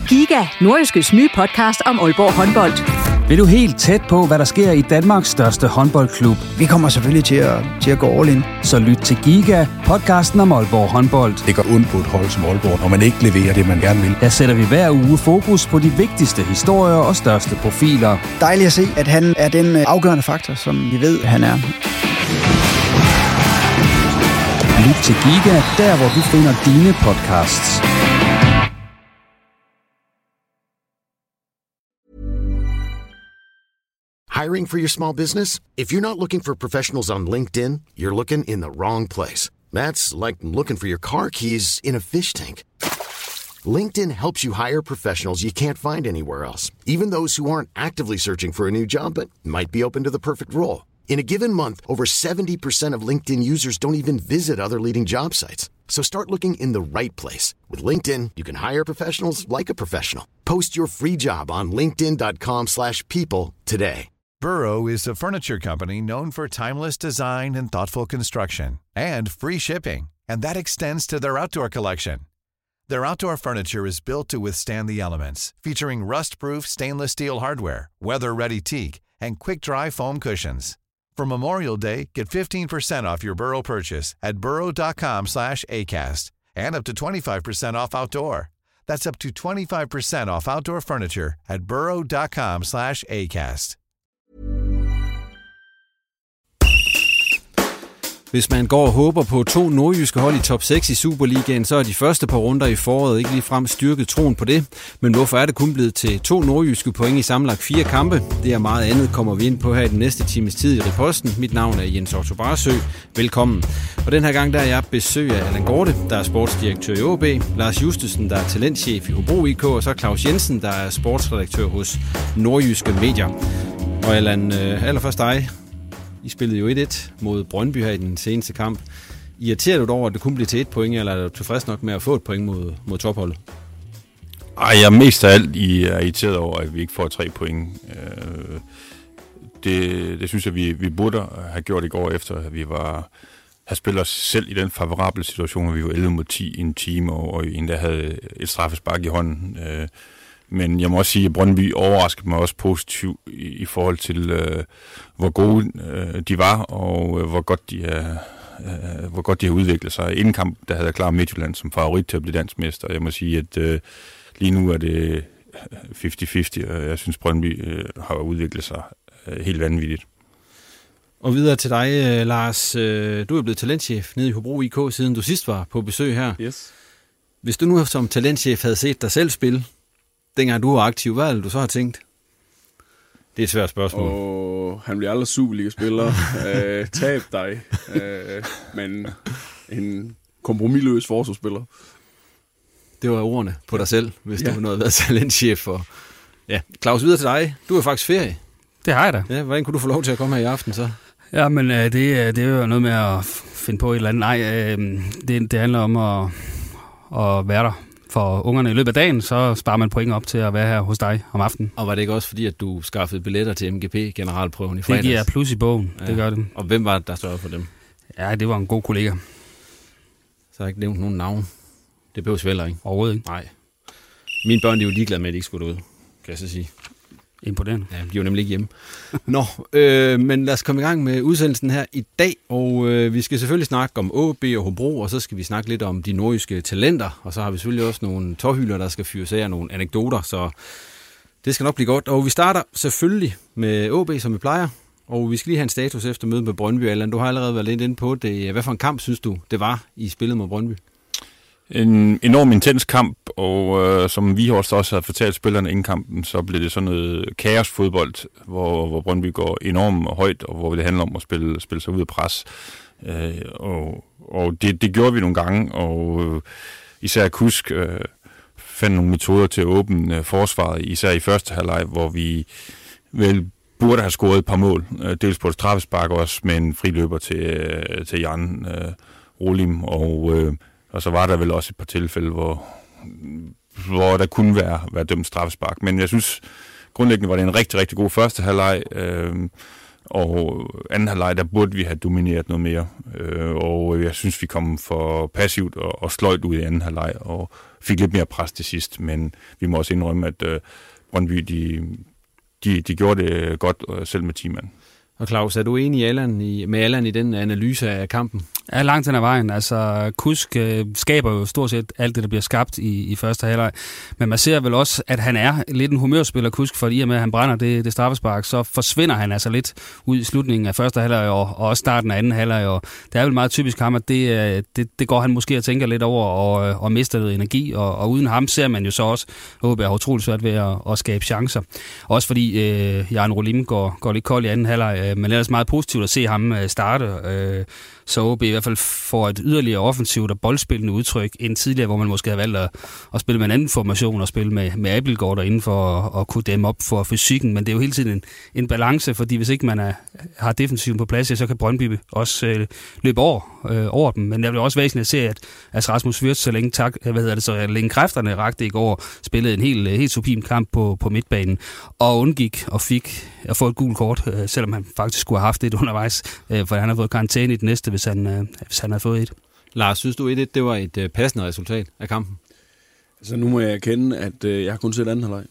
Giga, Nordjyskes nye podcast om Aalborg håndbold. Vil du helt tæt på, hvad der sker i Danmarks største håndboldklub? Vi kommer selvfølgelig til at gå all in. Så lyt til Giga, podcasten om Aalborg håndbold. Det går ondt på et hold som Aalborg, når man ikke leverer det, man gerne vil. Der sætter vi hver uge fokus på de vigtigste historier og største profiler. Dejligt at se, at han er den afgørende faktor, som vi ved, han er. Lyt til Giga, der hvor du finder dine podcasts. Hiring for your small business? If you're not looking for professionals on LinkedIn, you're looking in the wrong place. That's like looking for your car keys in a fish tank. LinkedIn helps you hire professionals you can't find anywhere else, even those who aren't actively searching for a new job but might be open to the perfect role. In a given month, over 70% of LinkedIn users don't even visit other leading job sites. So start looking in the right place. With LinkedIn, you can hire professionals like a professional. Post your free job on linkedin.com/people today. Burrow is a furniture company known for timeless design and thoughtful construction, and free shipping, and that extends to their outdoor collection. Their outdoor furniture is built to withstand the elements, featuring rust-proof stainless steel hardware, weather-ready teak, and quick-dry foam cushions. For Memorial Day, get 15% off your Burrow purchase at burrow.com/acast, and up to 25% off outdoor. That's up to 25% off outdoor furniture at burrow.com/acast. Hvis man går og håber på 2 nordjyske hold i top 6 i Superligaen, så er de første par runder i foråret ikke ligefrem styrket troen på det. Men hvorfor er det kun blevet til 2 nordjyske point i sammenlagt 4 kampe? Det er meget andet kommer vi ind på her i den næste times tid i Riposten. Mit navn er Jens Otto Barsø. Velkommen. Og den her gang der er jeg besøg af Allan Gorte, der er sportsdirektør i OB, Lars Justesen, der er talentchef i Hobro IK, og så Claus Jensen, der er sportsredaktør hos Nordjyske Medier. Og Allan, allerførst dig. I spillede jo 1-1 mod Brøndby her i den seneste kamp. Irriterer du dig over, at det kun bliver til 1 point, eller er du tilfreds nok med at få et point mod topholdet? Jeg er mest af alt irriteret over, at vi ikke får 3 point. Det synes jeg, vi burde have gjort i går, efter at vi har spillet os selv i den favorable situation, hvor vi var 11 mod 10 i en time, og endda havde et straffespark i hånden. Men jeg må også sige, at Brøndby overraskede mig også positivt i forhold til, hvor gode de var, og hvor godt de har udviklet sig. Inden kamp, der havde jeg klar Midtjylland som favorit til at blive dansk mester. Jeg må sige, at lige nu er det 50-50, og jeg synes, Brøndby har udviklet sig helt vanvittigt. Og videre til dig, Lars. Du er blevet talentchef nede i Hobro IK, siden du sidst var på besøg her. Yes. Hvis du nu som talentchef havde set dig selv spille, dengang du var aktiv, hvad ville du så have tænkt? Det er et svært spørgsmål. Han bliver aldrig Superliga-spiller. Tab dig. Men en kompromisløs forsvarsspiller. Det var ordene på dig selv, hvis du nu havde været talentchef for. Ja, Claus, videre til dig. Du er faktisk ferie. Det har jeg da. Ja, hvordan kunne du få lov til at komme her i aften så? Ja, men det er jo noget med at finde på et eller andet. Nej, det handler om at være der for ungerne i løbet af dagen, så sparer man point op til at være her hos dig om aftenen. Og var det ikke også fordi, at du skaffede billetter til MGP-generalprøven i fredags? Det giver plus i bogen, det gør det. Og hvem var det, der stod for dem? Ja, det var en god kollega. Så har jeg ikke nævnt nogen navn. Det behøves vel ikke. Overhovedet ikke. Nej. Mine børn, de er jo ligeglade med, at de ikke skulle ud, kan jeg så sige. Imponerende. Ja, de er jo nemlig ikke hjemme. Nå, men lad os komme i gang med udsendelsen her i dag, og vi skal selvfølgelig snakke om OB og Hobro, og så skal vi snakke lidt om de nordjyske talenter, og så har vi selvfølgelig også nogle tårhylder, der skal fyres af, nogle anekdoter, så det skal nok blive godt. Og vi starter selvfølgelig med OB, som vi plejer, og vi skal lige have en status efter mødet med Brøndby. Allan, du har allerede været lidt inde på det. Hvad for en kamp synes du, det var i spillet mod Brøndby? En enorm intens kamp, og som vi også har fortalt spillerne inden kampen, så blev det sådan noget kaosfodbold, hvor Brøndby går enormt højt, og hvor det handler om at spille sig ud af pres. Og det gjorde vi nogle gange, og især Kusk fandt nogle metoder til at åbne forsvaret, især i første halvleg, hvor vi vel burde have scoret et par mål. Dels på et straffespark også, med en friløber til Jan Rolim, og så var der vel også et par tilfælde, hvor der kunne være dømt straffespark. Men jeg synes, grundlæggende var det en rigtig, rigtig god første halvleg. Og anden halvleg, der burde vi have domineret noget mere. Og jeg synes, vi kom for passivt og sløjt ud i anden halvleg, og fik lidt mere pres til sidst. Men vi må også indrømme, at Brøndby, de gjorde det godt, selv med 10 mand. Og Claus, er du enig med Allan i den analyse af kampen? Ja, langt hen ad vejen. Altså, Kusk skaber jo stort set alt det, der bliver skabt i første halvleg. Men man ser vel også, at han er lidt en humørspiller, Kusk, for i og med, at han brænder det straffespark, så forsvinder han altså lidt ud i slutningen af første halvleg og også starten af anden halvleg. Og det er vel meget typisk ham, at det går han måske at tænke lidt over og mister lidt energi. Og uden ham ser man jo så også, at er utroligt svært ved at skabe chancer. Også fordi Jan Rolim går lidt kold i anden halvleg, men ellers meget positivt at se ham starte. Så OB i hvert fald får et yderligere offensivt og boldspillende udtryk end tidligere, hvor man måske har valgt at spille med en anden formation og spille med Abildgaard derinde for at kunne dæmme op for fysikken. Men det er jo hele tiden en balance, fordi hvis ikke man har defensiven på plads, så kan Brøndby også løbe over dem. Men det er jo også væsentligt at se, at Rasmus Wirtz, så længe kræfterne rakte i går, spillede en helt sublim kamp på midtbanen og undgik og fik at få et gult kort, selvom han faktisk skulle have haft det undervejs, for han har fået karantæne i det næste, hvis han havde fået et. Lars, synes du 1-1, det var et passende resultat af kampen? Altså nu må jeg erkende, at jeg har kun set anden halvleg.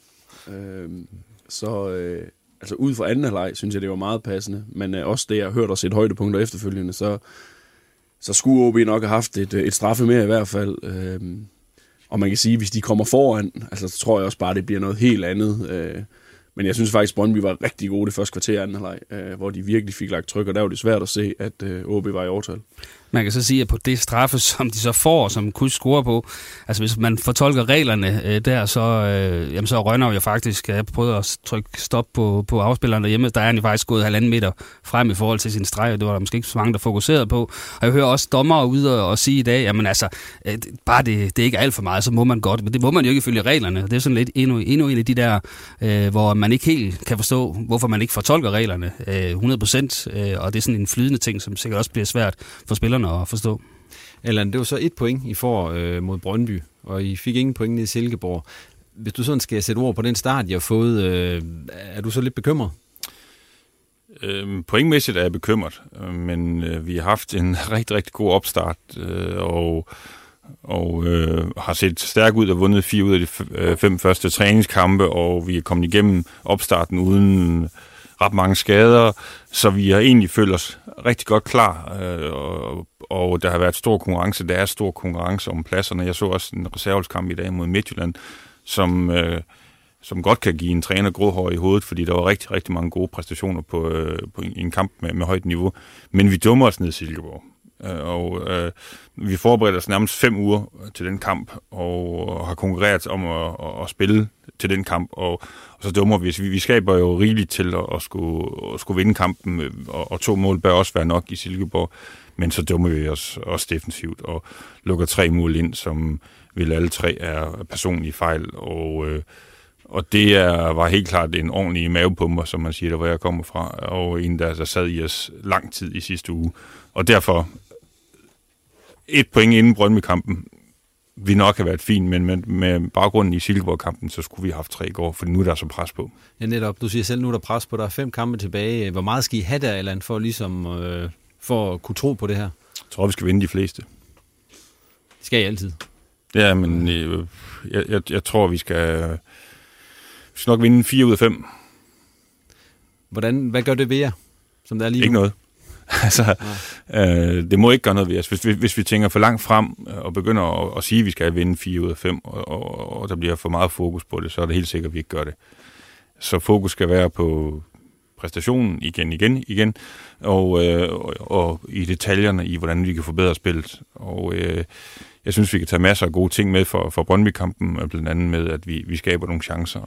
Altså ud fra anden halvleg, synes jeg, det var meget passende. Men også det, jeg har hørt og set højdepunkter efterfølgende, så skulle OB nok have haft et straffe mere i hvert fald. Og man kan sige, hvis de kommer foran, altså så tror jeg også bare, det bliver noget helt andet. Men jeg synes faktisk, at Brøndby var rigtig gode det første kvarter anden halvleg, hvor de virkelig fik lagt tryk, og der var det svært at se, at OB var i overtal. Man kan så sige, at på det straffe, som de så får, som Kusk scorer på, altså hvis man fortolker reglerne der, så Rønner jo faktisk, jeg prøvede at trykke stop på afspilleren derhjemme, der er han jo faktisk gået 1,5 meter frem i forhold til sin streg, og det var der måske ikke så mange, der fokuserede på. Og jeg hører også dommere ude og sige i dag, jamen altså, bare det ikke er alt for meget, så må man godt, men det må man jo ikke ifølge reglerne. Det er sådan lidt endnu en af de der, hvor man ikke helt kan forstå, hvorfor man ikke fortolker reglerne 100%, og det er sådan en flydende ting, som sikkert også bliver svært for spillerne at forstå. Allan, det var så 1 point, I får mod Brøndby, og I fik ingen point ned i Silkeborg. Hvis du sådan skal sætte ord på den start, I har fået, er du så lidt bekymret? Pointmæssigt er jeg bekymret, men vi har haft en rigtig, rigtig god opstart, og har set stærkt ud og vundet 4 ud af de 5 første træningskampe, og vi er kommet igennem opstarten uden ret mange skader, så vi har egentlig følt os rigtig godt klar, og der har været stor konkurrence. Der er stor konkurrence om pladserne. Jeg så også en reservelskamp i dag mod Midtjylland, som godt kan give en træner gråhår i hovedet, fordi der var rigtig, rigtig mange gode præstationer på en kamp med højt niveau. Men vi dummer os ned i Silkeborg. Vi forbereder os nærmest 5 uger til den kamp, og har konkurreret om at spille til den kamp, og så dummer vi. Vi skaber jo rigeligt til at skulle vinde kampen, og 2 mål bør også være nok i Silkeborg, men så dummer vi os også defensivt, og lukker 3 mål ind, som vel alle 3 er personlige fejl, og det var helt klart en ordentlig mavepumper, som man siger, der hvor jeg kommer fra, og en, der sad i os lang tid i sidste uge. Og derfor 1 point inden Brøndby-kampen ville nok have været fint, men med baggrunden i Silkeborg-kampen, så skulle vi have haft 3 i går, for nu er der så pres på. Ja, netop. Du siger selv, nu er der pres på. Der er 5 kampe tilbage. Hvor meget skal I have der, Allan, for ligesom for at kunne tro på det her? Jeg tror, vi skal vinde de fleste. Det skal I altid. Ja, men jeg tror, vi skal nok vinde 4 ud af 5. Hvad gør det ved jer, som der er lige ikke noget. Altså, det må ikke gøre noget ved os. Hvis vi tænker for langt frem og begynder at sige, at vi skal vinde 4 ud af 5, og der bliver for meget fokus på det, så er det helt sikkert, at vi ikke gør det. Så fokus skal være på præstationen igen, og i detaljerne i, hvordan vi kan forbedre spillet. Og jeg synes, vi kan tage masser af gode ting med for Brøndby-kampen, blandt andet med, at vi skaber nogle chancer.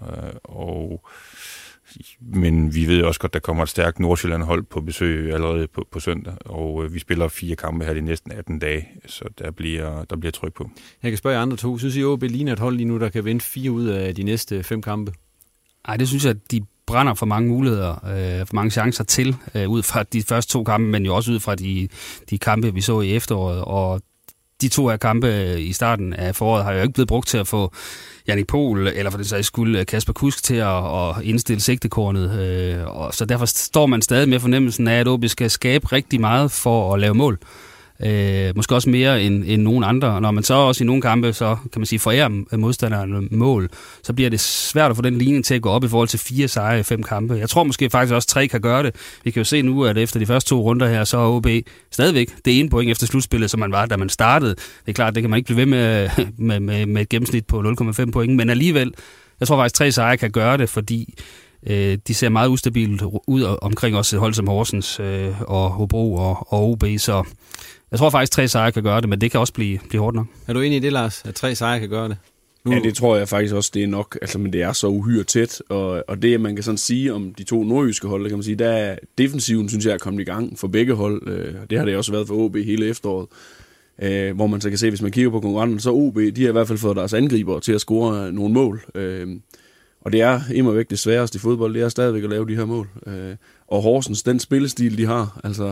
Men vi ved også godt, der kommer et stærkt Nordsjælland-hold på besøg allerede på søndag, og vi spiller 4 kampe her de næsten 18 dage, så der bliver tryk på. Jeg kan spørge jer andre 2. Synes I, OB ligner et hold lige nu, der kan vinde 4 ud af de næste 5 kampe? Nej, det synes jeg, at de brænder for mange muligheder, for mange chancer til, ud fra de første 2 kampe, men jo også ud fra de kampe, vi så i efteråret, og de 2 her kampe i starten af foråret har jo ikke blevet brugt til at få Jannik Pohl, eller for det sags skyld Kasper Kusk til at indstille sigtekornet. Og så derfor står man stadig med fornemmelsen af, at OB skal skabe rigtig meget for at lave mål. Måske også mere end nogen andre. Og når man så også i nogle kampe, så kan man sige, forærer modstanderen mål, så bliver det svært at få den linje til at gå op i forhold til 4 sejre i 5 kampe. Jeg tror måske faktisk også 3 kan gøre det. Vi kan jo se nu, at efter de første 2 runder her, så er OB stadigvæk det ene point efter slutspillet, som man var, da man startede. Det er klart, det kan man ikke blive ved med et gennemsnit på 0,5 point, men alligevel, jeg tror faktisk 3 sejre kan gøre det, fordi de ser meget ustabilt ud omkring også et hold som Horsens og Hobro og OB, så jeg tror faktisk 3 sejre kan gøre det, men det kan også blive hårdt nok. Er du enig i det, Lars, at 3 sejre kan gøre det? Ja, det tror jeg faktisk også, det er nok. Altså, men det er så uhyre tæt, og det, man kan sådan sige om de 2 nordjyske hold, kan man sige, der er defensiven, synes jeg, er kommet i gang for begge hold. Det har det også været for OB hele efteråret. Hvor man så kan se, hvis man kigger på konkurrenten, så OB, de har i hvert fald fået deres angriber til at score nogle mål. Og det er immervæk det sværeste i fodbold, det er stadigvæk at lave de her mål. Og Horsens, den spillestil, de har, altså,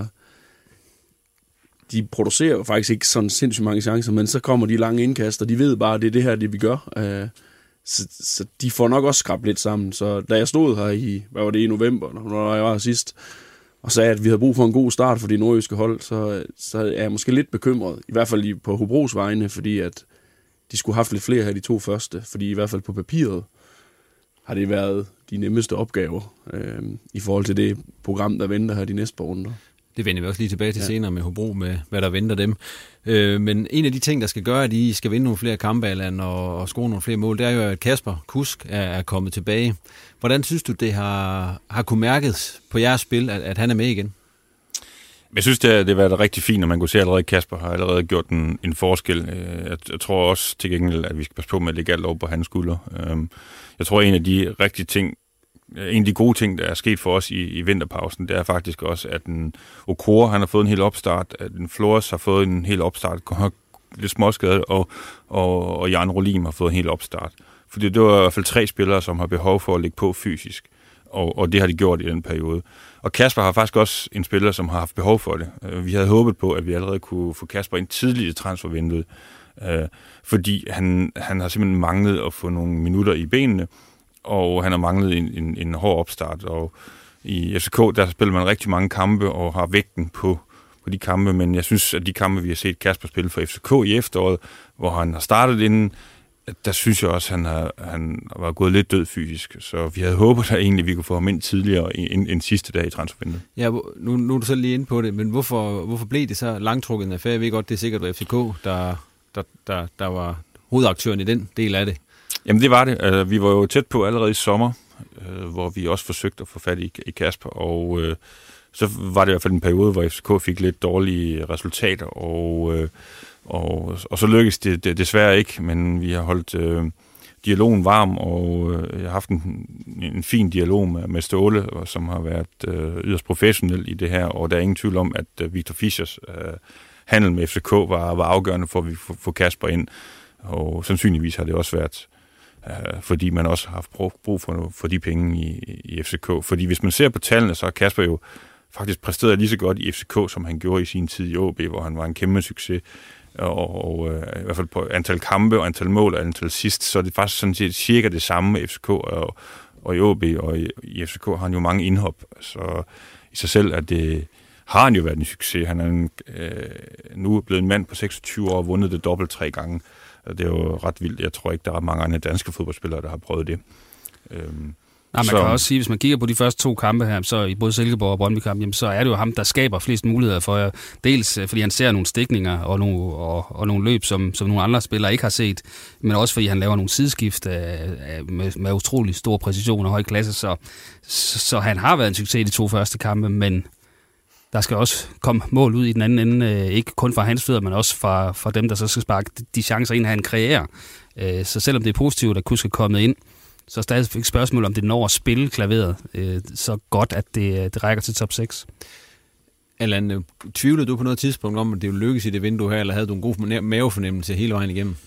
de producerer jo faktisk ikke sådan sindssygt mange chancer, men så kommer de lange indkast, og de ved bare, at det er det her, det vi gør. Så de får nok også skrabt lidt sammen. Så da jeg stod her i, hvad var det, i november, når jeg var her sidst, og sagde, at vi havde brug for en god start for de nordjyske hold, så er jeg måske lidt bekymret, i hvert fald på Hobros vegne, fordi at de skulle have haft lidt flere her de 2 første, fordi i hvert fald på papiret har det været de nemmeste opgaver i forhold til det program, der venter her de næste par runder. Det vender vi også lige tilbage til senere med Hobro, med hvad der venter dem. Men en af de ting, der skal gøre, at de skal vinde nogle flere kampe og score nogle flere mål, det er jo, at Kasper Kusk er kommet tilbage. Hvordan synes du, det har kunne mærkes på jeres spil, at han er med igen? Jeg synes, det har været rigtig fint, og man kunne se allerede, at Kasper har allerede gjort en forskel. Jeg tror også til gengæld, at vi skal passe på med at lægge alt over på hans skulder. Jeg tror, en af de gode ting, der er sket for os i vinterpausen, det er faktisk også, at Okoro, han har fået en hel opstart, at Flores har fået en hel opstart, lidt småskadet, og Jan Rolim har fået en hel opstart. Fordi det var i hvert fald 3 spillere, som har behov for at ligge på fysisk, og det har de gjort i den periode. Og Kasper har faktisk også en spiller, som har haft behov for det. Vi havde håbet på, at vi allerede kunne få Kasper ind tidligt i transfervinduet, fordi han har simpelthen manglet at få nogle minutter i benene, og han har manglet en hård opstart. Og i FCK, der spiller man rigtig mange kampe og har vægten på de kampe, men jeg synes, at de kampe, vi har set Kasper spille for FCK i efteråret, hvor han har startet inden, der synes jeg også, at han var gået lidt død fysisk. Så vi havde håbet, at egentlig vi kunne få ham ind tidligere end sidste dag i transfervinduet. Ja, nu er du så lige inde på det, men hvorfor blev det så langtrukket en affære? Jeg ved godt, det er sikkert FCK, der var hovedaktøren i den del af det. Jamen det var det. Vi var jo tæt på allerede i sommer, hvor vi også forsøgte at få fat i Kasper, og så var det i hvert fald en periode, hvor FCK fik lidt dårlige resultater, og så lykkedes det desværre ikke, men vi har holdt dialogen varm, og jeg har haft en fin dialog med Ståle, som har været yderst professionel i det her, og der er ingen tvivl om, at Victor Fischers handel med FCK var afgørende for, at vi får Kasper ind, og sandsynligvis har det også været fordi man også har haft brug for de penge i FCK. Fordi hvis man ser på tallene, så har Kasper jo faktisk præsteret lige så godt i FCK, som han gjorde i sin tid i OB, hvor han var en kæmpe succes. Og i hvert fald på antal kampe og antal mål og antal assist, så er det faktisk sådan set cirka det samme med FCK og i OB, og i FCK har han jo mange indhop. Så i sig selv har han jo været en succes. Han er nu blevet en mand på 26 år og vundet det dobbelt 3 gange. Det er jo ret vildt. Jeg tror ikke, der er mange andre danske fodboldspillere, der har prøvet det. Man kan også sige, hvis man kigger på de første 2 kampe her, så i både Silkeborg og Brøndby-kamp, så er det jo ham, der skaber flest muligheder for jer. Dels fordi han ser nogle stikninger og nogle løb, som nogle andre spillere ikke har set, men også fordi han laver nogle sideskift med utrolig stor præcision og høj klasse. Så han har været en succes i de 2 første kampe, men der skal også komme mål ud i den anden ende, ikke kun fra hans fødder, men også fra dem, der så skal sparke de chancer ind, han kreerer. Så selvom det er positivt, at Kusk er kommet ind, så er stadig et spørgsmål, om det når at spille klaveret så godt, at det rækker til top 6. Allan, tvivlede du på noget tidspunkt om, at det ville lykkes i det vindue her, eller havde du en god mavefornemmelse hele vejen igennem?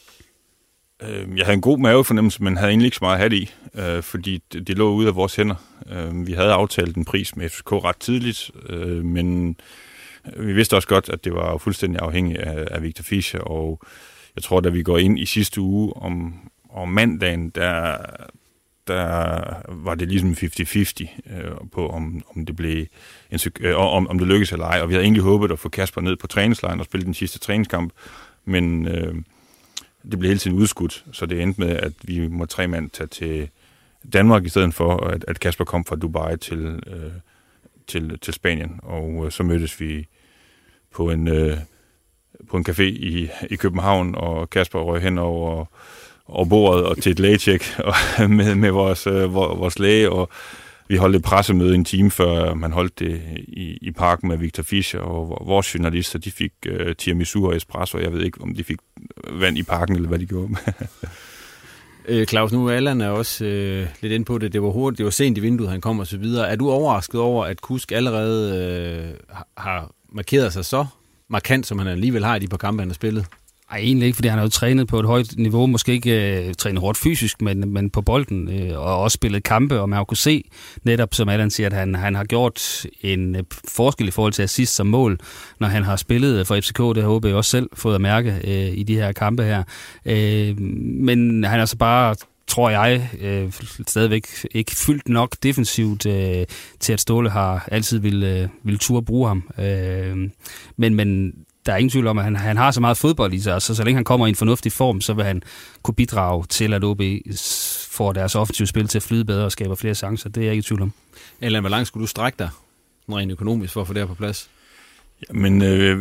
Jeg havde en god mavefornemmelse, men havde egentlig ikke så meget at have det i, fordi det lå ude af vores hænder. Vi havde aftalt en pris med FCK ret tidligt, men Vi vidste også godt, at det var fuldstændig afhængigt af Victor Fischer, og jeg tror, da vi går ind i sidste uge om mandagen, der var det ligesom 50-50 på, om det blev om det lykkedes eller ej. Og vi havde egentlig håbet at få Kasper ned på træningslejren og spille den sidste træningskamp, men det blev hele tiden udskudt, så det endte med, at vi må 3 mand tage til Danmark i stedet for, at Kasper kom fra Dubai til Spanien. Og så mødtes vi på en café i København, og Kasper røg hen over bordet og til et lægetjek med vores læge, og vi holdt et pressemøde en time før man holdt det i parken med Victor Fischer, og vores journalister, de fik tiramisu og espresso, og jeg ved ikke, om de fik vand i parken, eller hvad de gjorde. Claus, nu Allan er også lidt inde på det. Det var hurtigt, det var sent i vinduet, han kom og så videre. Er du overrasket over, at Kusk allerede har markeret sig så markant, som han alligevel har i de par kampe, han har spillet? Ej, egentlig ikke, fordi han har jo trænet på et højt niveau, måske ikke trænet hårdt fysisk, men på bolden, og også spillet kampe, og man har kunne se, netop som Allan siger, at han har gjort en forskel i forhold til assist som mål, når han har spillet for FCK, det har OB også selv fået at mærke i de her kampe her. Men han er så bare, tror jeg, stadigvæk ikke fyldt nok defensivt til, at Ståle har altid vil turde bruge ham. Men der er ingen tvivl om, at han har så meget fodbold i sig, og så længe han kommer i en fornuftig form, så vil han kunne bidrage til, at OB får deres offensive spil til at flyde bedre og skaber flere chancer. Det er jeg ikke i tvivl om. Eller hvor langt skulle du strække dig, rent økonomisk, for at få det her på plads? Jamen,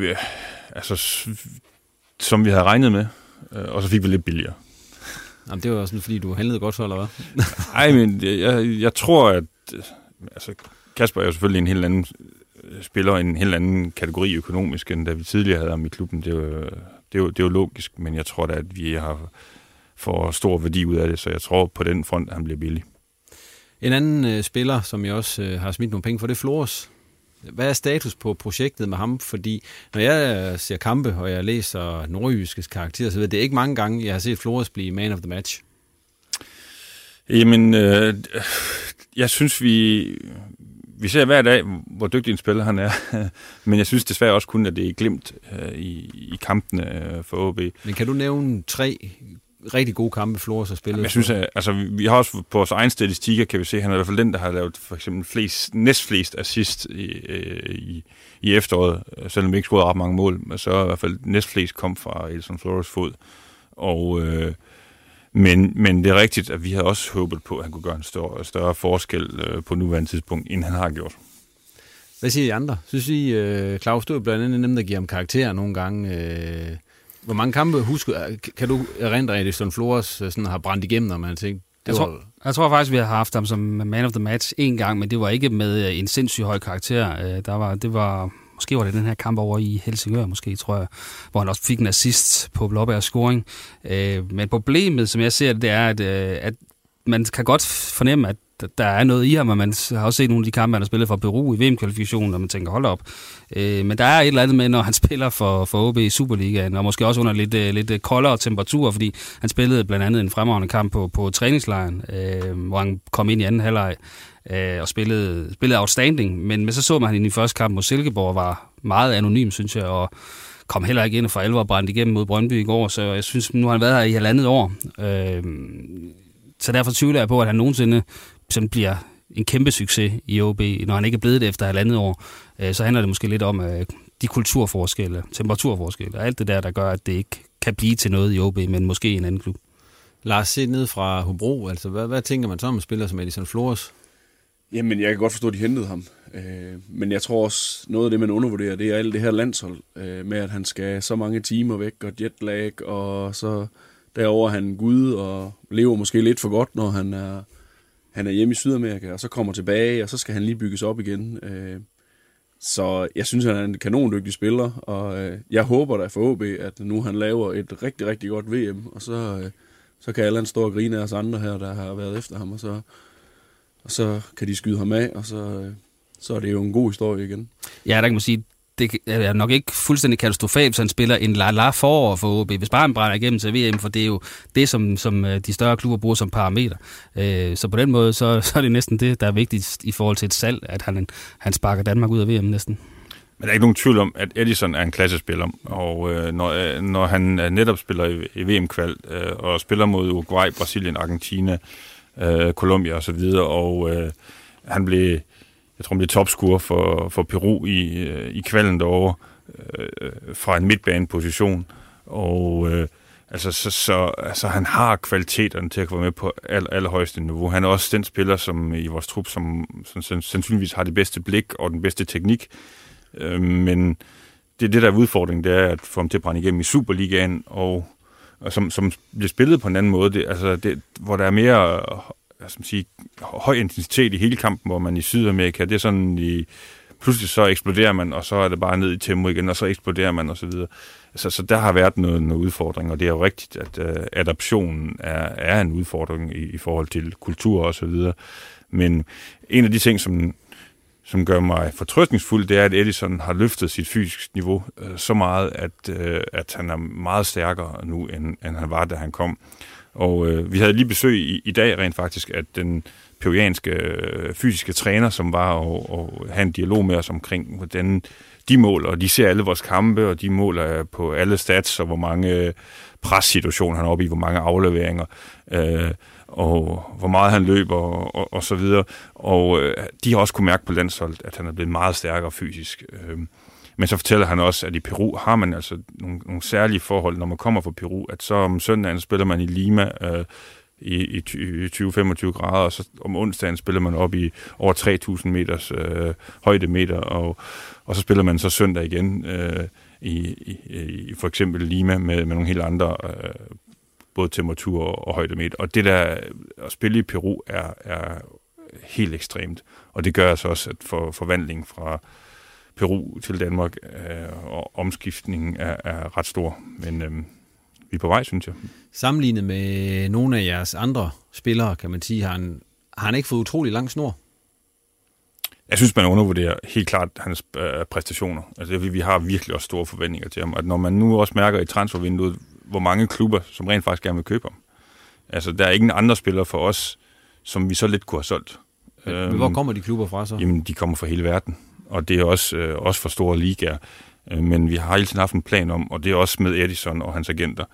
som vi havde regnet med, og så fik vi lidt billigere. Jamen, det var også fordi du handlede godt så, eller hvad? Nej, men jeg tror, at Kasper er jo selvfølgelig en helt anden spiller, en helt anden kategori økonomisk, end da vi tidligere havde ham i klubben. Det er jo logisk, men jeg tror da, at vi har for stor værdi ud af det, så jeg tror på den front, at han bliver billig. En anden spiller, som jeg også har smidt nogle penge for, det er Flores. Hvad er status på projektet med ham? Fordi når jeg ser kampe, og jeg læser nordjyskes karakterer, så ved det ikke mange gange, jeg har set Flores blive man of the match. Jamen, jeg synes, vi ser hver dag, hvor dygtig en spiller han er, men jeg synes desværre også kun, at det er glemt i kampene for OB. Men kan du nævne 3 rigtig gode kampe, Flores har spillet? Jamen, jeg synes, at vi har også på vores egen statistikker, kan vi se, han er i hvert fald den, der har lavet for eksempel næstflest assist i efteråret, selvom vi ikke scorede ret mange mål, så i hvert fald næstflest kom fra Edson Flores fod. Og Men det er rigtigt, at vi havde også håbet på, at han kunne gøre en større forskel på nuværende tidspunkt, end han har gjort. Hvad siger I andre? Synes I, Claus, du er blandt andet dem, der giver ham karakterer nogle gange. Hvor mange kampe kan du erindre, at Edson Flores sådan har brændt igennem, når man har tænkt? Jeg tror faktisk, vi har haft ham som man of the match en gang, men det var ikke med en sindssygt høj karakter. Måske var det den her kamp over i Helsingør, måske, tror jeg, hvor han også fik en assist på Blåbærs scoring. Men problemet, som jeg ser det, er, at man kan godt fornemme, at der er noget i ham, og man har også set nogle af de kampe, han har spillet for Peru i VM-kvalifikationen, og man tænker, hold op. Men der er et eller andet med, når han spiller for OB i Superligaen, og måske også under lidt koldere temperatur, fordi han spillede blandt andet en fremragende kamp på træningslejren, hvor han kom ind i anden halvleg og spillede outstanding, men så man han i første kamp mod Silkeborg var meget anonym, synes jeg, og kom heller ikke ind og for alvor brændt igennem mod Brøndby i går, så jeg synes, nu har han været her i 1,5 år. Så derfor tvivler jeg på, at han nogensinde sådan bliver en kæmpe succes i OB, når han ikke er blevet det efter 1,5 år. Så handler det måske lidt om de kulturforskelle, temperaturforskelle, og alt det der gør, at det ikke kan blive til noget i OB, men måske i en anden klub. Lars, set ned fra Hobro, altså hvad tænker man så om en spiller som Edson Flores? Jamen, jeg kan godt forstå, at de hentede ham. Men jeg tror også, noget af det, man undervurderer, det er alt det her landshold, med at han skal så mange timer væk, og jetlag, og så derover han Gud, og lever måske lidt for godt, når han er hjemme i Sydamerika, og så kommer tilbage, og så skal han lige bygges op igen. Så jeg synes, han er en kanondygtig spiller, og jeg håber da for OB, at nu han laver et rigtig, rigtig godt VM, og så kan Allan stå og grine af os andre her, der har været efter ham, og så kan de skyde ham af, og så er det jo en god historie igen. Ja, der kan man sige, det er nok ikke fuldstændig katastrofalt, så han spiller en forår for OB. Hvis bare han brænder igennem til VM, for det er jo det, som de større klubber bruger som parameter. Så på den måde, så er det næsten det, der er vigtigt i forhold til et salg, at han sparker Danmark ud af VM næsten. Men der er ikke nogen tvivl om, at Edison er en klassespiller, og når han netop spiller i VM-kval og spiller mod Uruguay, Brasilien, Argentina, Colombia og så videre, og han blev topscorer for Peru i kvalden derovre fra en midtbaneposition, og så han har kvaliteterne til at være med på allerhøjeste niveau. Han er også den spiller, som i vores trup, som sandsynligvis har det bedste blik og den bedste teknik. Men det der er udfordringen, det er at få ham til at brænde igennem i Superligaen, og som bliver spillet på en anden måde, hvor der er mere høj intensitet i hele kampen, hvor man i Sydamerika, det er sådan, pludselig så eksploderer man, og så er det bare ned i tempo igen, og så eksploderer man, og så videre. Så der har været noget udfordring, og det er jo rigtigt, at adoptionen er en udfordring i forhold til kultur og så videre. Men en af de ting, som gør mig fortrøstningsfuld, det er, at Edison har løftet sit fysiske niveau så meget, at han er meget stærkere nu, end han var, da han kom. Og vi havde lige besøg i dag rent faktisk, at den peruanske fysiske træner, som var og have en dialog med os omkring, hvordan de måler, og de ser alle vores kampe, og de måler på alle stats, og hvor mange pressituationer han er oppe i, hvor mange afleveringer, og hvor meget han løber, og så videre. Og de har også kunne mærke på landsholdet, at han er blevet meget stærkere fysisk. Men så fortæller han også, at i Peru har man altså nogle særlige forhold, når man kommer fra Peru, at så om søndagen spiller man i Lima i 20-25 grader, og så om onsdagen spiller man op i over 3.000 meters højdemeter, og så spiller man så søndag igen i for eksempel Lima med nogle helt andre både temperatur og højdemeter. Og det der at spille i Peru er helt ekstremt, og det gør altså også, at forvandlingen fra Peru til Danmark og omskiftningen er ret stor, men vi er på vej, synes jeg. Sammenlignet med nogle af jeres andre spillere, kan man sige, har han ikke fået utrolig lang snor? Jeg synes, man undervurderer helt klart hans præstationer. Altså, vi har virkelig også store forventninger til ham. At når man nu også mærker i transfervinduet, hvor mange klubber, som rent faktisk gerne vil købe ham. Altså, der er ingen andre spillere for os, som vi så lidt kunne have solgt. Men hvor kommer de klubber fra så? Jamen, de kommer fra hele verden. Og det er også for store ligaer. Men vi har hele tiden haft en plan om, og det er også med Edison og hans agenter,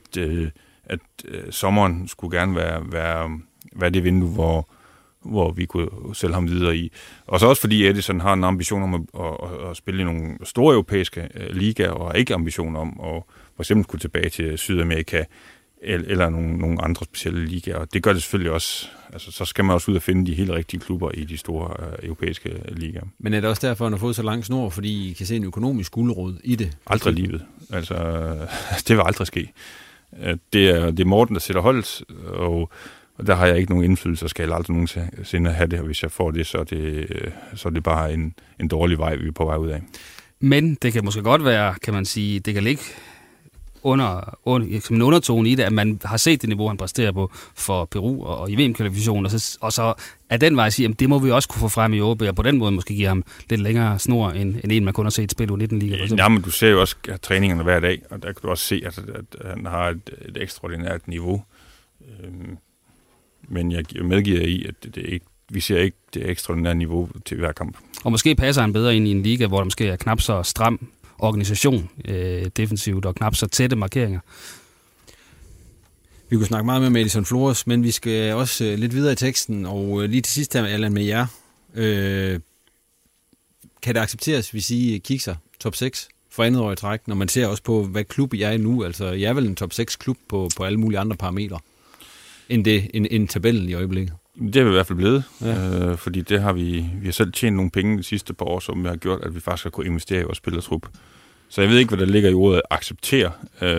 at sommeren skulle gerne være det vindue, hvor vi kunne sælge ham videre i. Og så også fordi Edison har en ambition om at spille i nogle store europæiske ligaer, og har ikke ambition om at for eksempel kunne tilbage til Sydamerika eller nogle andre specielle ligaer. Og det gør det selvfølgelig også. Altså, så skal man også ud og finde de helt rigtige klubber i de store europæiske ligaer. Men er det også derfor, at han har fået så lang snor, fordi I kan se en økonomisk guldråd i det? Aldrig livet. Altså, det vil aldrig ske. Det er Morten, der sætter holdet, og der har jeg ikke nogen indflydelse, og skal aldrig nogensinde have det, og hvis jeg får det, så er det bare en dårlig vej, vi er på vej ud af. Men det kan måske godt være, kan man sige, det kan ligge som en undertone i det, at man har set det niveau, han præsterer på for Peru og i VM-kvalifikationen, og så er den vej at sige, at det må vi også kunne få frem i OB, og på den måde måske give ham lidt længere snor, end en man kun har set spille U19-liga. Ja, men du ser jo også træningerne hver dag, og der kan du også se, at han har et ekstraordinært niveau. Men jeg medgiver i, at vi ser ikke det ekstraordinære niveau til hver kamp. Og måske passer han bedre ind i en liga, hvor der måske er knap så stram organisation defensivt og knap så tætte markeringer. Vi kunne snakke meget mere med Edison Flores, men vi skal også lidt videre i teksten, og lige til sidst her, Allan, med jer. Kan det accepteres, hvis I kigger top 6 for andet år i træk, når man ser også på, hvad klub I er i nu? Altså, I er vel en top 6 klub på alle mulige andre parametre, end tabellen i øjeblikket? Det er vi i hvert fald blevet, ja. Fordi det har vi har selv tjent nogle penge de sidste par år, som har gjort, at vi faktisk har kunnet investere i vores spillertrup. Så jeg ved ikke, hvad der ligger i ordet acceptere.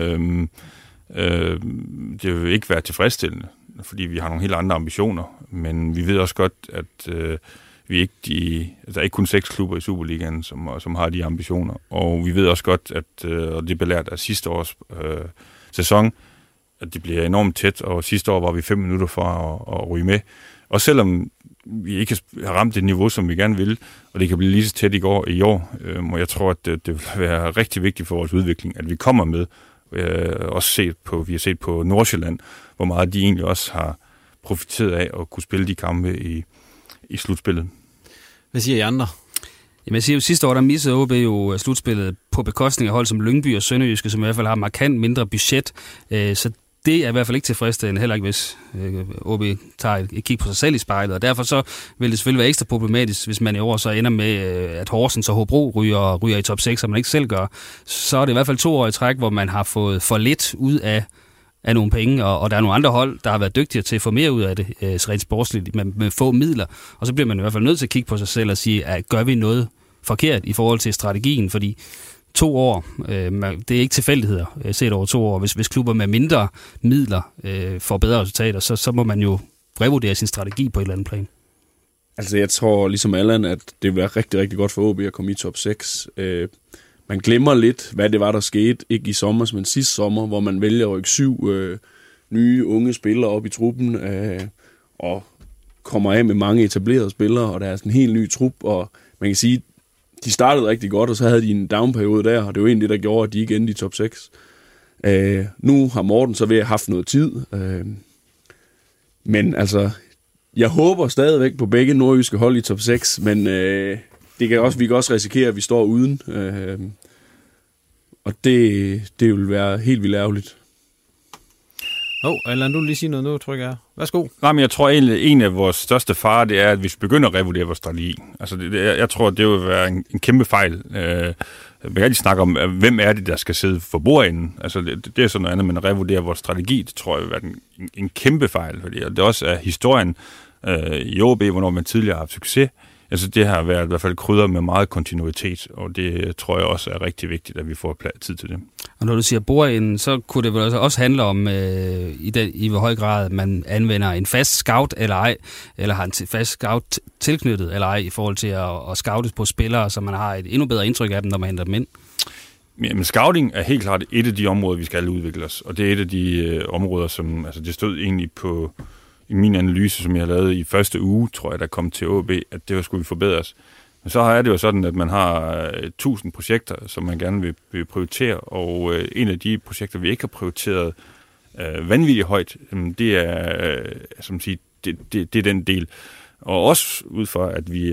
Det vil ikke være tilfredsstillende, fordi vi har nogle helt andre ambitioner, men vi ved også godt, at der er ikke kun 6 klubber i Superligaen, som har de ambitioner, og vi ved også godt, at og det er belært af sidste års sæson, at det bliver enormt tæt, og sidste år var vi 5 minutter fra at ryge med. Og selvom vi ikke har ramt det niveau, som vi gerne vil, og det kan blive lige så tæt i år, og jeg tror, at det vil være rigtig vigtigt for vores udvikling, at vi kommer med. Vi har set på Nordsjælland, hvor meget de egentlig også har profiteret af at kunne spille de kampe i slutspillet. Hvad siger I andre? Jamen, jeg siger jo, sidste år, der missede OB jo slutspillet på bekostning af hold som Lyngby og Sønderjyske, som i hvert fald har markant mindre budget. Så det er i hvert fald ikke tilfredsstillende, heller ikke hvis OB tager et kig på sig selv i spejlet. Og derfor så vil det selvfølgelig være ekstra problematisk, hvis man i år så ender med, at Horsens og Hobro ryger i top 6, som man ikke selv gør. Så er det i hvert fald 2 år i træk, hvor man har fået for lidt ud af nogle penge, og der er nogle andre hold, der har været dygtigere til at få mere ud af det, rent sportsligt, med få midler. Og så bliver man i hvert fald nødt til at kigge på sig selv og sige, at gør vi noget forkert i forhold til strategien, fordi 2 år, det er ikke tilfældigheder set over 2 år. Hvis klubber med mindre midler får bedre resultater, så må man jo revurdere sin strategi på et eller andet plan. Altså jeg tror ligesom Allan, at det vil være rigtig, rigtig godt for OB at komme i top 6. Man glemmer lidt, hvad det var, der skete, ikke i sommer, men sidste sommer, hvor man vælger at rykke 7 nye unge spillere op i truppen, og kommer af med mange etablerede spillere, og der er sådan en helt ny trup, og man kan sige, de startede rigtig godt, og så havde de en downperiode der, og det var egentlig det, der gjorde, at de ikke endte i top 6. Nu har Morten så ved at have haft noget tid, men altså, jeg håber stadigvæk på begge nordjyske hold i top 6, men vi kan også risikere, at vi står uden, og det vil være helt vildt ærgerligt. Allan, du vil lige sige noget nu, tror jeg. Værsgo. Nej, men jeg tror egentlig, en af vores største farer, det er, at vi begynder at revurdere vores strategi. Altså, jeg tror, det vil være en kæmpe fejl. Vi kan rigtig snakke om, hvem er det, der skal sidde for bordenden. Altså, det er sådan noget andet, men at revurdere vores strategi, det tror jeg vil være en kæmpe fejl. Fordi det også er historien i OB, hvornår man tidligere har haft succes. Altså, det har været i hvert fald krydder med meget kontinuitet, og det tror jeg også er rigtig vigtigt, at vi får tid til det. Og når du siger bordenden, så kunne det vel også handle om, i hvor høj grad man anvender en fast scout eller ej, eller har en fast scout tilknyttet eller ej, i forhold til at scoute på spillere, så man har et endnu bedre indtryk af dem, når man henter dem ind. Men scouting er helt klart et af de områder, vi skal udvikle os, og det er et af de områder, som altså det stod egentlig på i min analyse, som jeg har lavet i første uge, tror jeg, der kom til OB, at det skulle vi forbedres. Men så er det jo sådan, at man har 1000 projekter, som man gerne vil prioritere, og en af de projekter, vi ikke har prioriteret vanvittigt højt, det er, som siger, det er den del. Og også ud fra, at vi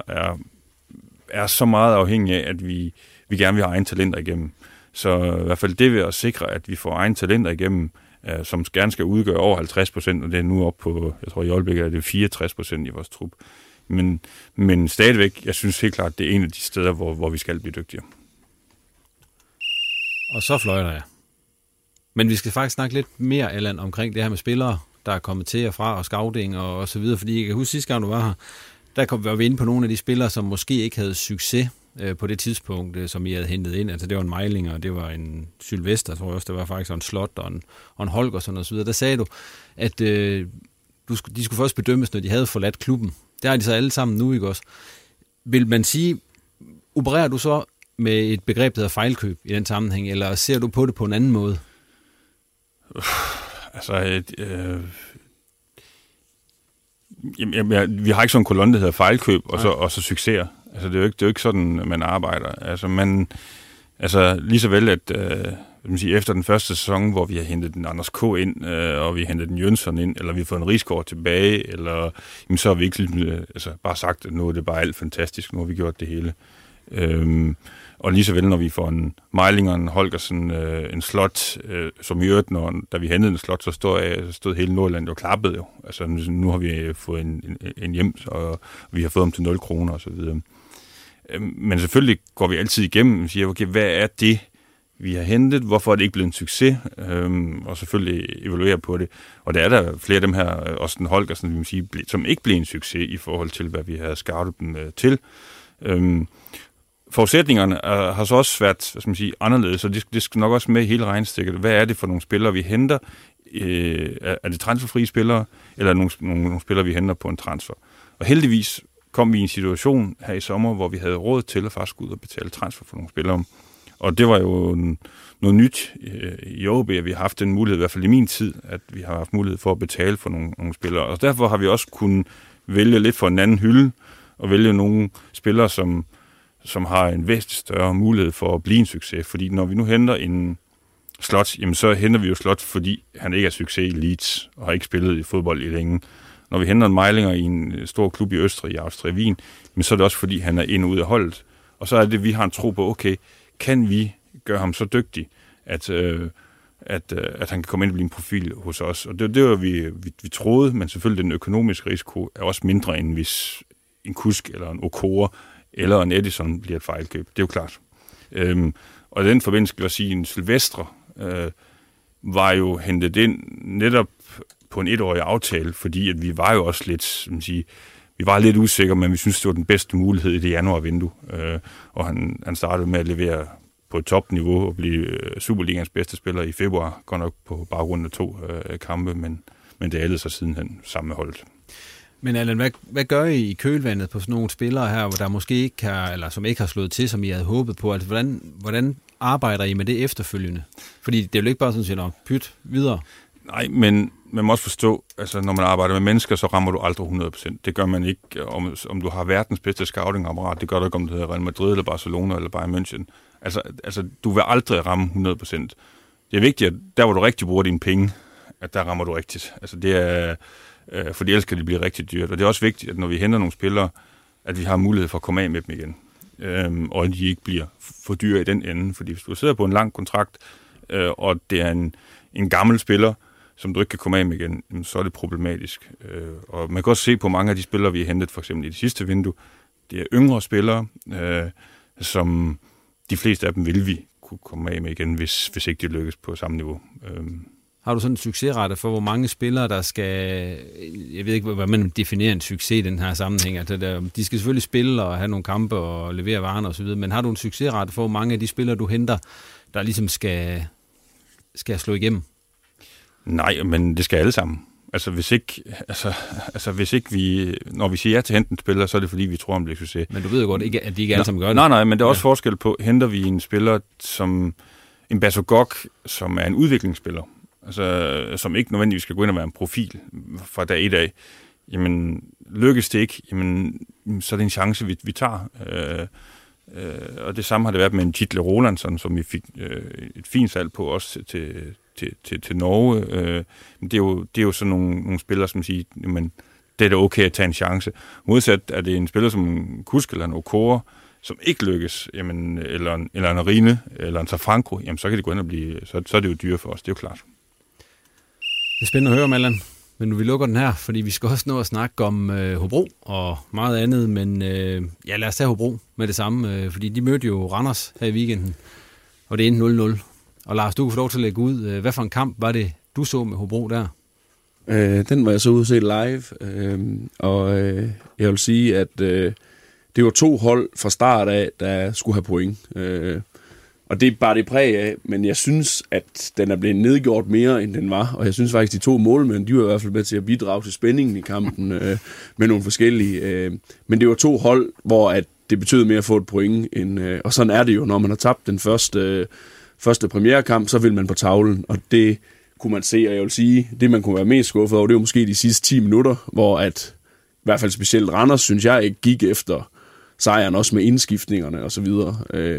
er så meget afhængige af, at vi gerne vil have egne talenter igennem. Så i hvert fald det vil at sikre, at vi får egne talenter igennem, som gerne skal udgøre over 50%, og det er nu op på, jeg tror i øjeblikket er det 64% i vores trup. Men stadigvæk, jeg synes helt klart, det er en af de steder, hvor vi skal blive dygtigere. Og så fløjter jeg. Men vi skal faktisk snakke lidt mere, Allan, omkring det her med spillere, der er kommet til og fra, og scouting og så videre, fordi jeg kan huske sidste gang, du var her, der var vi inde på nogle af de spillere, som måske ikke havde succes på det tidspunkt, som I havde hentet ind. Altså det var en Mejling, og det var en Sylvester, tror jeg også, det var faktisk en Slot og en Holger og sådan noget så videre. Der sagde du, at de skulle først bedømmes, når de havde forladt klubben. Det har de så alle sammen nu, ikke også? Vil man sige, opererer du så med et begreb, der hedder fejlkøb i den sammenhæng, eller ser du på det på en anden måde? Vi har ikke sådan en kolonne, der hedder fejlkøb, og så succeser. Altså, det er jo ikke sådan, man arbejder. Altså, lige så vel, at efter den første sæson, hvor vi har hentet den Anders K. ind, og vi har hentet den Jønsson ind, eller vi har fået en Rigsgaard tilbage, eller så har vi ikke bare sagt, at nu er det bare alt fantastisk, nu har vi gjort det hele. Og lige så vel, når vi får en Mejlinger, en Holgersen, en Slot, som i øvrigt, da vi hentede en Slot, så stod hele Nordland jo klappet jo. Altså, nu har vi fået en hjem, og vi har fået dem til 0 kroner og så videre. Men selvfølgelig går vi altid igennem og siger, okay, hvad er det, vi har hentet? Hvorfor er det ikke blevet en succes? Og selvfølgelig evaluere på det. Og der er der flere af dem her, også den Holgersen, vi må sige, som ikke blev en succes i forhold til, hvad vi havde scoutet dem til. Forudsætningerne har så også været, anderledes, og det skal nok også med i hele regnestykket. Hvad er det for nogle spillere, vi henter? Er det transferfrie spillere, eller nogle spillere, vi henter på en transfer? Og heldigvis kom vi i en situation her i sommer, hvor vi havde råd til at faktisk gå ud og betale transfer for nogle spillere. Og det var jo noget nyt i OB, at vi har haft den mulighed, i hvert fald i min tid, at vi har haft mulighed for at betale for nogle spillere. Og derfor har vi også kunnet vælge lidt for en anden hylde, og vælge nogle spillere, som har en væsentligt større mulighed for at blive en succes. Fordi når vi nu henter en Slot, jamen så henter vi jo Slot, fordi han ikke er succes i Leeds, og har ikke spillet i fodbold i længe. Når vi henter en Meilinger i en stor klub i Østrig, i Austria Wien, men så er det også, fordi han er ind og ud af holdet. Og så er det, vi har en tro på, okay, kan vi gøre ham så dygtig, at han kan komme ind og blive en profil hos os. Og det var vi troede, men selvfølgelig den økonomiske risiko er også mindre, end hvis en Kusk eller en Okora eller en Edison bliver et fejlkøb. Det er jo klart. Og i den forbindelse skal jeg sige, en Silvestre var jo hentet ind netop på en 1-årig aftale, fordi at vi var jo også lidt, vi var lidt usikre, men vi synes det var den bedste mulighed i det januarvindue. Og han startede med at levere på et topniveau og blive Superligans bedste spiller i februar, godt nok på baggrund af 2 kampe, men det ælede sig sidenhen sammen med holdet. Men Allan, hvad gør I kølvandet på sådan nogle spillere her, hvor der måske ikke har, eller som ikke har slået til, som I havde håbet på? Altså, hvordan arbejder I med det efterfølgende? Fordi det er jo ikke bare sådan, at pyt videre. Nej, men man må også forstå, altså når man arbejder med mennesker, så rammer du aldrig 100%. Det gør man ikke, om du har verdens bedste scouting-apparat. Det gør du ikke, om det hedder Real Madrid eller Barcelona eller Bayern München. Altså, du vil aldrig ramme 100%. Det er vigtigt, at der, hvor du rigtig bruger dine penge, at der rammer du rigtigt. Altså, det er, fordi ellers kan det blive rigtig dyrt. Og det er også vigtigt, at når vi henter nogle spillere, at vi har mulighed for at komme af med dem igen. Og at de ikke bliver for dyre i den ende. Fordi hvis du sidder på en lang kontrakt, og det er en gammel spiller, som du ikke kan komme af med igen, så er det problematisk. Og man kan også se på mange af de spillere, vi har hentet, for eksempel i det sidste vindue, det er yngre spillere, som de fleste af dem vil vi kunne komme af med igen, hvis ikke det lykkes på samme niveau. Har du sådan en succesrate for, hvor mange spillere, der skal... Jeg ved ikke, hvad man definerer en succes i den her sammenhæng. Altså, de skal selvfølgelig spille og have nogle kampe og levere varerne osv., men har du en succesrate for, hvor mange af de spillere, du henter, der ligesom skal slå igennem? Nej, men det skal alle sammen. Altså hvis ikke vi... Når vi siger ja til at hente en spiller, så er det fordi, vi tror, han bliver succes. Men du ved jo godt, at de ikke alle sammen gør det. Nej, men der er også forskel på, henter vi en spiller som en Basogok, som er en udviklingsspiller, altså som ikke nødvendigvis skal gå ind og være en profil fra dag 1 af. Jamen, lykkes det ikke, jamen, så er det en chance, vi tager. Og det samme har det været med en Gitle Rolandsson, som vi fik et fint salg på også til Norge. Det er jo sådan nogle spillere, som siger, men det er da okay at tage en chance. Modsat er det en spiller som en Kusk eller en Okora, som ikke lykkes, jamen, eller en Rine, eller en Safranco, jamen så kan det gå ind og blive, så er det jo dyre for os, det er jo klart. Det er spændende at høre, Allan. Men nu vi lukker den her, fordi vi skal også nå at snakke om Hobro og meget andet, men lad os tage Hobro med det samme, fordi de mødte jo Randers her i weekenden, og det endte 0-0. Og Lars, du kunne få lov til at lægge ud. Hvad for en kamp var det, du så med Hobro der? Den var jeg så ude at se live, og jeg vil sige, at det var 2 hold fra start af, der skulle have point. Og det er bare det præg af, men jeg synes, at den er blevet nedgjort mere, end den var. Og jeg synes faktisk, de 2 målmænd, de var i hvert fald med til at bidrage til spændingen i kampen med nogle forskellige. Men det var 2 hold, hvor at det betød mere at få et point. Og sådan er det jo, når man har tabt den første premierekamp, så vil man på tavlen. Og det kunne man se, og jeg vil sige, det man kunne være mest skuffet over, det var måske de sidste 10 minutter, hvor at i hvert fald specielt Randers, synes jeg, ikke gik efter sejren, også med indskiftningerne og så videre.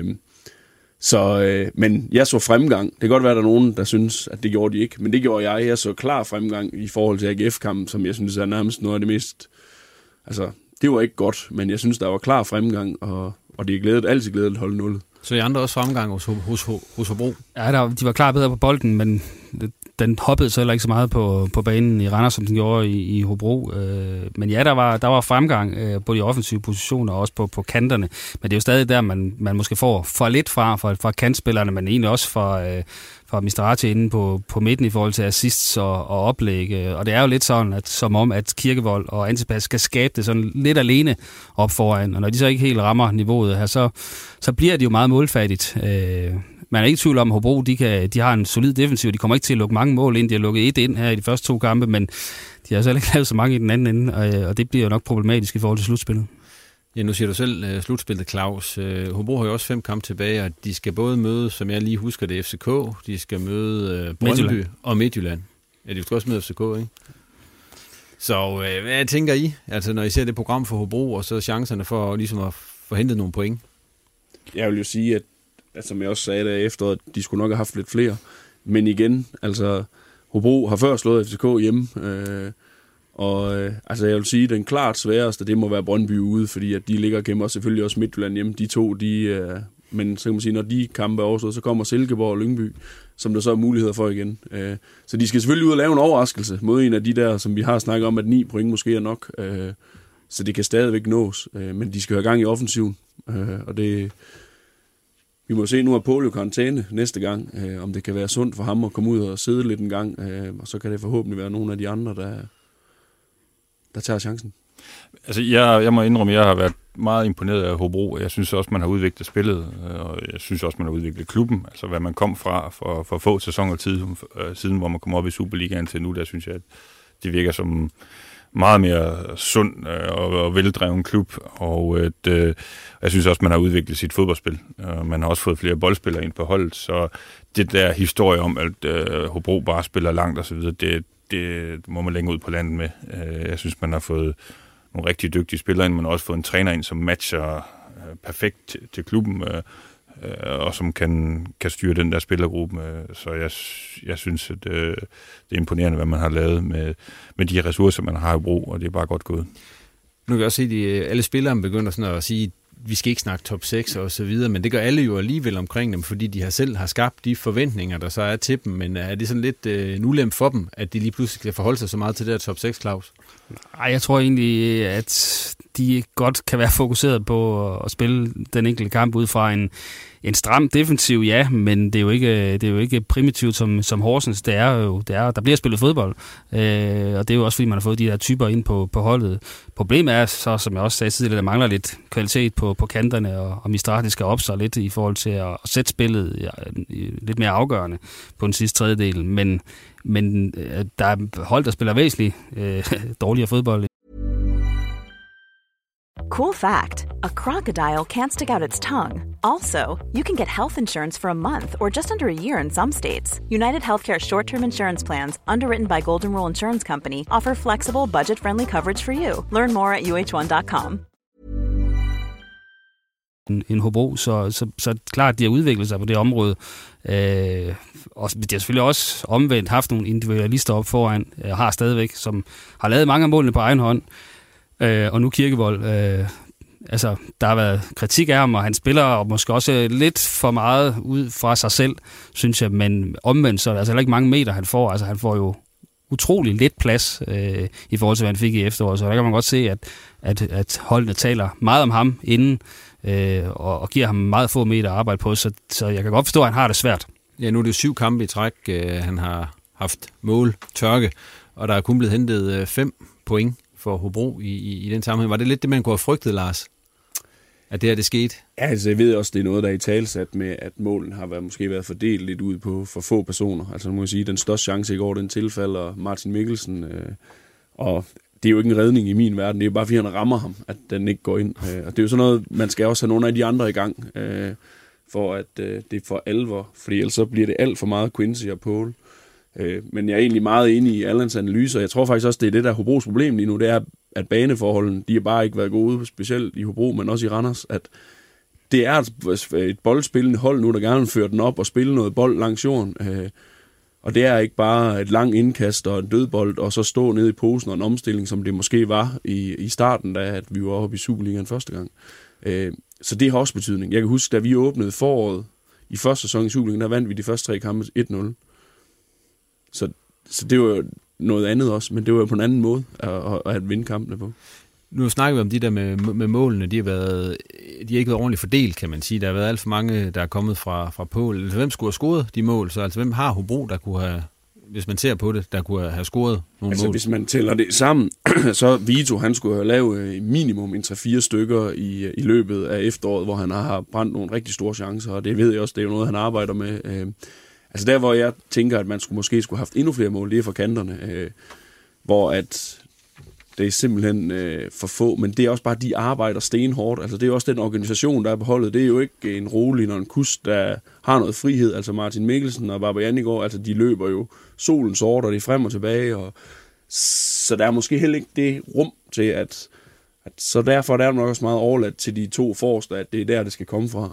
Men jeg så fremgang. Det kan godt være, at der er nogen, der synes, at det gjorde de ikke. Men det gjorde jeg. Jeg så klar fremgang i forhold til AGF-kampen, som jeg synes er nærmest noget af det mest... Altså, det var ikke godt, men jeg synes, der var klar fremgang, og det er altid glædeligt at holde 0. Så I andre også fremgang hos Hobro? Ja, de var klar bedre på bolden, men den hoppede så heller ikke så meget på banen i Randers, som den gjorde i Hobro. Men ja, der var fremgang på de offensive positioner og også på kanterne. Men det er jo stadig der, man måske får for lidt fra kantspillerne, men egentlig også fra Misterati inde på midten i forhold til assists og oplæg. Og det er jo lidt sådan, at som om, at Kirkevold og Antipas skal skabe det sådan lidt alene op foran. Og når de så ikke helt rammer niveauet her, så bliver det jo meget målfattigt. Man er ikke i tvivl om, at Hobro de har en solid defensiv. De kommer ikke til at lukke mange mål ind. De har lukket 1 ind her i de første 2 kampe, men de har så ikke lavet så mange i den anden ende, og det bliver jo nok problematisk i forhold til slutspillet. Ja, nu siger du selv slutspillet, Claus. Hobro har jo også 5 kampe tilbage, og de skal både møde, som jeg lige husker det, FCK, de skal møde Brøndby og Midtjylland. Ja, de skal også møde FCK, ikke? Så hvad tænker I, altså når I ser det program for Hobro, og så chancerne for ligesom at få hentet nogle point? Jeg vil jo sige, at som jeg også sagde derefter, at de skulle nok have haft lidt flere. Men igen, altså Hobro har før slået FCK hjemme, Og altså jeg vil sige, at den klart sværeste, det må være Brøndby ude, fordi at de ligger og kæmper selvfølgelig også Midtjylland hjemme. De to, men så kan man sige, når de kampe er overstået, så kommer Silkeborg og Lyngby, som der så er muligheder for igen. Så de skal selvfølgelig ud og lave en overraskelse mod en af de der, som vi har snakket om, at 9 point måske er nok. Så det kan stadigvæk nås, men de skal have gang i offensiven. Og det... Vi må se, nu er Paul jo karantæne næste gang, om det kan være sundt for ham at komme ud og sidde lidt en gang, og så kan det forhåbentlig være nogle af de andre, der tager chancen. Altså, jeg må indrømme, at jeg har været meget imponeret af Hobro. Jeg synes også, man har udviklet spillet, og jeg synes også, man har udviklet klubben. Altså, hvad man kom fra for få sæsoner siden, hvor man kom op i Superligaen til nu, der synes jeg, at det virker som meget mere sund og veldreven klub, og jeg synes også, man har udviklet sit fodboldspil. Man har også fået flere boldspillere ind på holdet, så det der historie om, at Hobro bare spiller langt og så videre, det må man længere ud på landet med. Jeg synes, man har fået nogle rigtig dygtige spillere ind, man har også fået en træner ind, som matcher perfekt til klubben, og som kan styre den der spillergruppe. Så jeg synes, at det er imponerende, hvad man har lavet med de ressourcer, man har i brug, og det er bare godt gået. Nu kan jeg også se, at alle spillere begynder sådan at sige, vi skal ikke snakke top 6 og så videre, men det gør alle jo alligevel omkring dem, fordi de selv har skabt de forventninger, der så er til dem. Men er det sådan lidt en ulempe for dem, at de lige pludselig skal forholde sig så meget til det her top 6, Claus? Nej, jeg tror egentlig, at de godt kan være fokuseret på at spille den enkelte kamp ud fra en stram defensiv, ja, men det er jo ikke primitivt som Horsens. Der bliver spillet fodbold, og det er jo også fordi, man har fået de der typer ind på holdet. Problemet er så, som jeg også sagde tidligere, der mangler lidt kvalitet på kanterne, og Mistrati skal op sig lidt i forhold til at sætte spillet lidt mere afgørende på den sidste tredjedel, men der er hold, der spiller væsentligt dårligere fodbold. Cool fact, a crocodile can't stick out its tongue. Also, you can get health insurance for a month or just under a year in some states. United Healthcare short-term insurance plans, underwritten by Golden Rule Insurance Company, offer flexible, budget-friendly coverage for you. Learn more at uh1.com. En Hobro, så klart, de har udviklet sig på det område. Og de har selvfølgelig også omvendt haft nogle individualister op foran, har stadigvæk, som har lavet mange af målene på egen hånd. Og nu Kirkevold, der har været kritik af ham, og han spiller og måske også lidt for meget ud fra sig selv, synes jeg, men omvendt så er der altså heller ikke mange meter, han får. Altså han får jo utrolig lidt plads i forhold til, hvad han fik i efteråret, så der kan man godt se, at holdene taler meget om ham inden, og giver ham meget få meter at arbejde på, så jeg kan godt forstå, at han har det svært. Ja, nu er det 7 kampe i træk, han har haft måltørke, og der er kun blevet hentet 5 point for Hobro i den sammenhæng. Var det lidt det, man kunne have frygtet, Lars? At det her, det skete? Ja, altså jeg ved også, det er noget, der er i talsat med, at målen har måske været fordelt lidt ud på for få personer. Altså nu må jeg sige, den største chance i går, den tilfalder Martin Mikkelsen. Og det er jo ikke en redning i min verden. Det er jo bare, fordi han rammer ham, at den ikke går ind. Og det er jo sådan noget, man skal også have nogle af de andre i gang, for at det får alvor. Fordi ellers så bliver det alt for meget Quincy og Paul. Men jeg er egentlig meget enig i Allans analyser. Jeg tror faktisk også, det er det, der er Hobros problem lige nu. Det er, at baneforholdene, de har bare ikke været gode, specielt i Hobro, men også i Randers. At det er et boldspillende hold nu, der gerne vil føre den op og spille noget bold langs jorden. Og det er ikke bare et langt indkast og en dødbold, og så stå nede i posen og en omstilling, som det måske var i starten, da at vi var oppe i Superligaen første gang. Så det har også betydning. Jeg kan huske, da vi åbnede foråret i første sæson i Superligaen, der vandt vi de første 3 kampe 1-0. Så det var jo noget andet også, men det var jo på en anden måde at vinde kampene på. Nu snakker vi om de der med målene, de har ikke været ordentligt fordelt, kan man sige. Der har været alt for mange, der er kommet fra Polen. Altså, hvem skulle have scoret de mål? Så altså, hvem har Hobro, der kunne have, hvis man ser på det, der kunne have scoret nogle mål? Hvis man tæller det sammen, så Vito, han skulle have lavet minimum 3-4 stykker i løbet af efteråret, hvor han har brændt nogle rigtig store chancer, og det ved jeg også, det er jo noget, han arbejder med. Altså der, hvor jeg tænker, at man måske skulle have haft endnu flere mål, det er for kanterne, hvor at det er simpelthen for få, men det er også bare, de arbejder stenhårdt. Altså det er jo også den organisation, der er på holdet. Det er jo ikke en rolig og en kus, der har noget frihed. Altså Martin Mikkelsen og Barbara Janigård, altså de løber jo solens order, de er frem og tilbage, og så der er måske heller ikke det rum til, at så derfor er der nok også meget overladt til de 2 forreste, at det er der, det skal komme fra.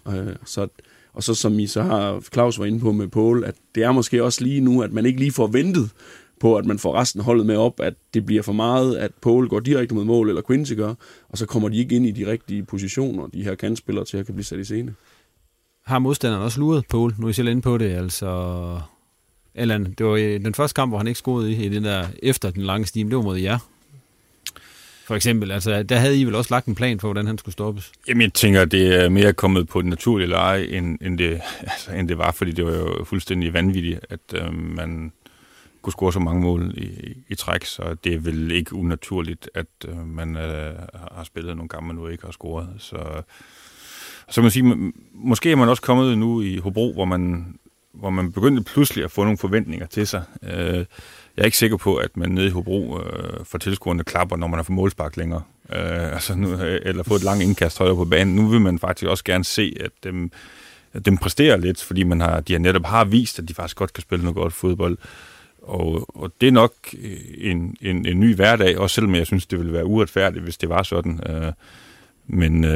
Og så som I så har Claus var inde på med Paul, at det er måske også lige nu, at man ikke lige får ventet på, at man får resten af holdet med op, at det bliver for meget, at Paul går direkte mod mål, eller Quincy gør, og så kommer de ikke ind i de rigtige positioner, de her kantspillere til at kan blive sat i scene. Har modstanderen også luret Paul? Nu er I selv inde på det, altså... Eller det var den første kamp, hvor han ikke scorede i den der efter den lange stime, det var mod jer. For eksempel, altså der havde I vel også lagt en plan for, hvordan han skulle stoppes? Jamen, jeg tænker, det er mere kommet på det naturlige leje, end det var, fordi det var jo fuldstændig vanvittigt, at man kunne score så mange mål i træk, så det er vel ikke unaturligt, at man har spillet nogle gange, man nu ikke har scoret. Så kan man sige, måske er man også kommet nu i Hobro, hvor man begyndte pludselig at få nogle forventninger til sig. Jeg er ikke sikker på, at man nede i Hobro får tilskuerne klapper, når man har fået målspark længere. Eller fået et langt indkast højere på banen. Nu vil man faktisk også gerne se, at dem præsterer lidt, fordi de netop har vist, at de faktisk godt kan spille noget godt fodbold. Og det er nok en ny hverdag, også selvom jeg synes, det ville være uretfærdigt, hvis det var sådan. Men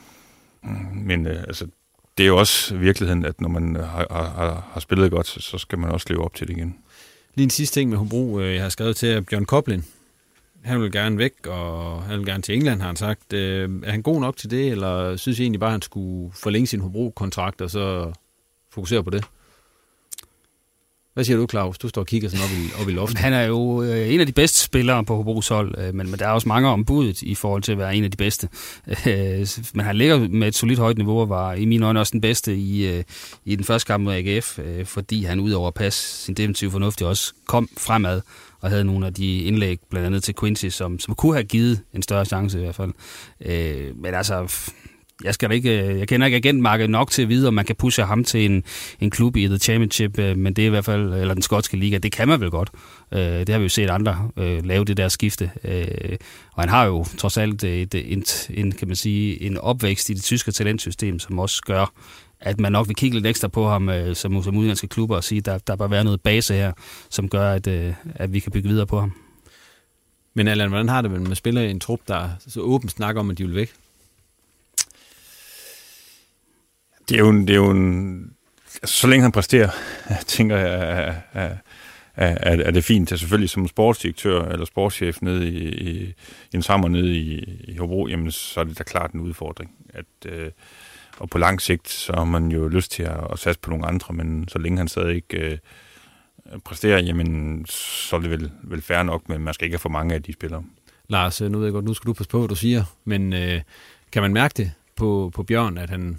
det er jo også virkeligheden, at når man har spillet godt, så skal man også leve op til det igen. Lige en sidste ting med Hobro, jeg har skrevet til Bjørn Koblin. Han vil gerne væk, og han vil gerne til England, har han sagt. Er han god nok til det, eller synes I egentlig bare, at han skulle forlænge sin Hobro-kontrakt, og så fokusere på det? Hvad siger du, Claus? Du står og kigger sådan op i loften. Han er jo en af de bedste spillere på Hobros hold, men der er også mange om budet i forhold til at være en af de bedste. Men han ligger med et solidt højt niveau og var i mine øjne også den bedste i den første kamp mod AGF, fordi han udover at passe sin defensive fornuftig også kom fremad og havde nogle af de indlæg, blandt andet til Quincy, som kunne have givet en større chance i hvert fald. Men altså... Jeg kender ikke agentmarkedet nok til at vide, om man kan pushe ham til en klub i The Championship, men det er i hvert fald, eller den skotske liga, det kan man vel godt. Det har vi jo set andre lave det der skifte. Og han har jo trods alt en opvækst i det tyske talentsystem, som også gør, at man nok vil kigge lidt ekstra på ham som udenlandske klubber og sige, at der bør være noget base her, som gør, at vi kan bygge videre på ham. Men Allan, hvordan har det vel med spillere i en trup, der så åbent snakker om, at de vil væk? Det er jo en... Så længe han præsterer, tænker jeg, er det fint. Altså selvfølgelig som sportsdirektør eller sportschef nede i en sommer nede i Hobro, jamen så er det da klart en udfordring. Og på lang sigt, så har man jo lyst til at satse på nogle andre, men så længe han stadig ikke præsterer, jamen så er det vel fair nok, men man skal ikke have for mange af de spillere. Lars, nu ved jeg godt, nu skal du passe på, hvad du siger, men kan man mærke det på Bjørn,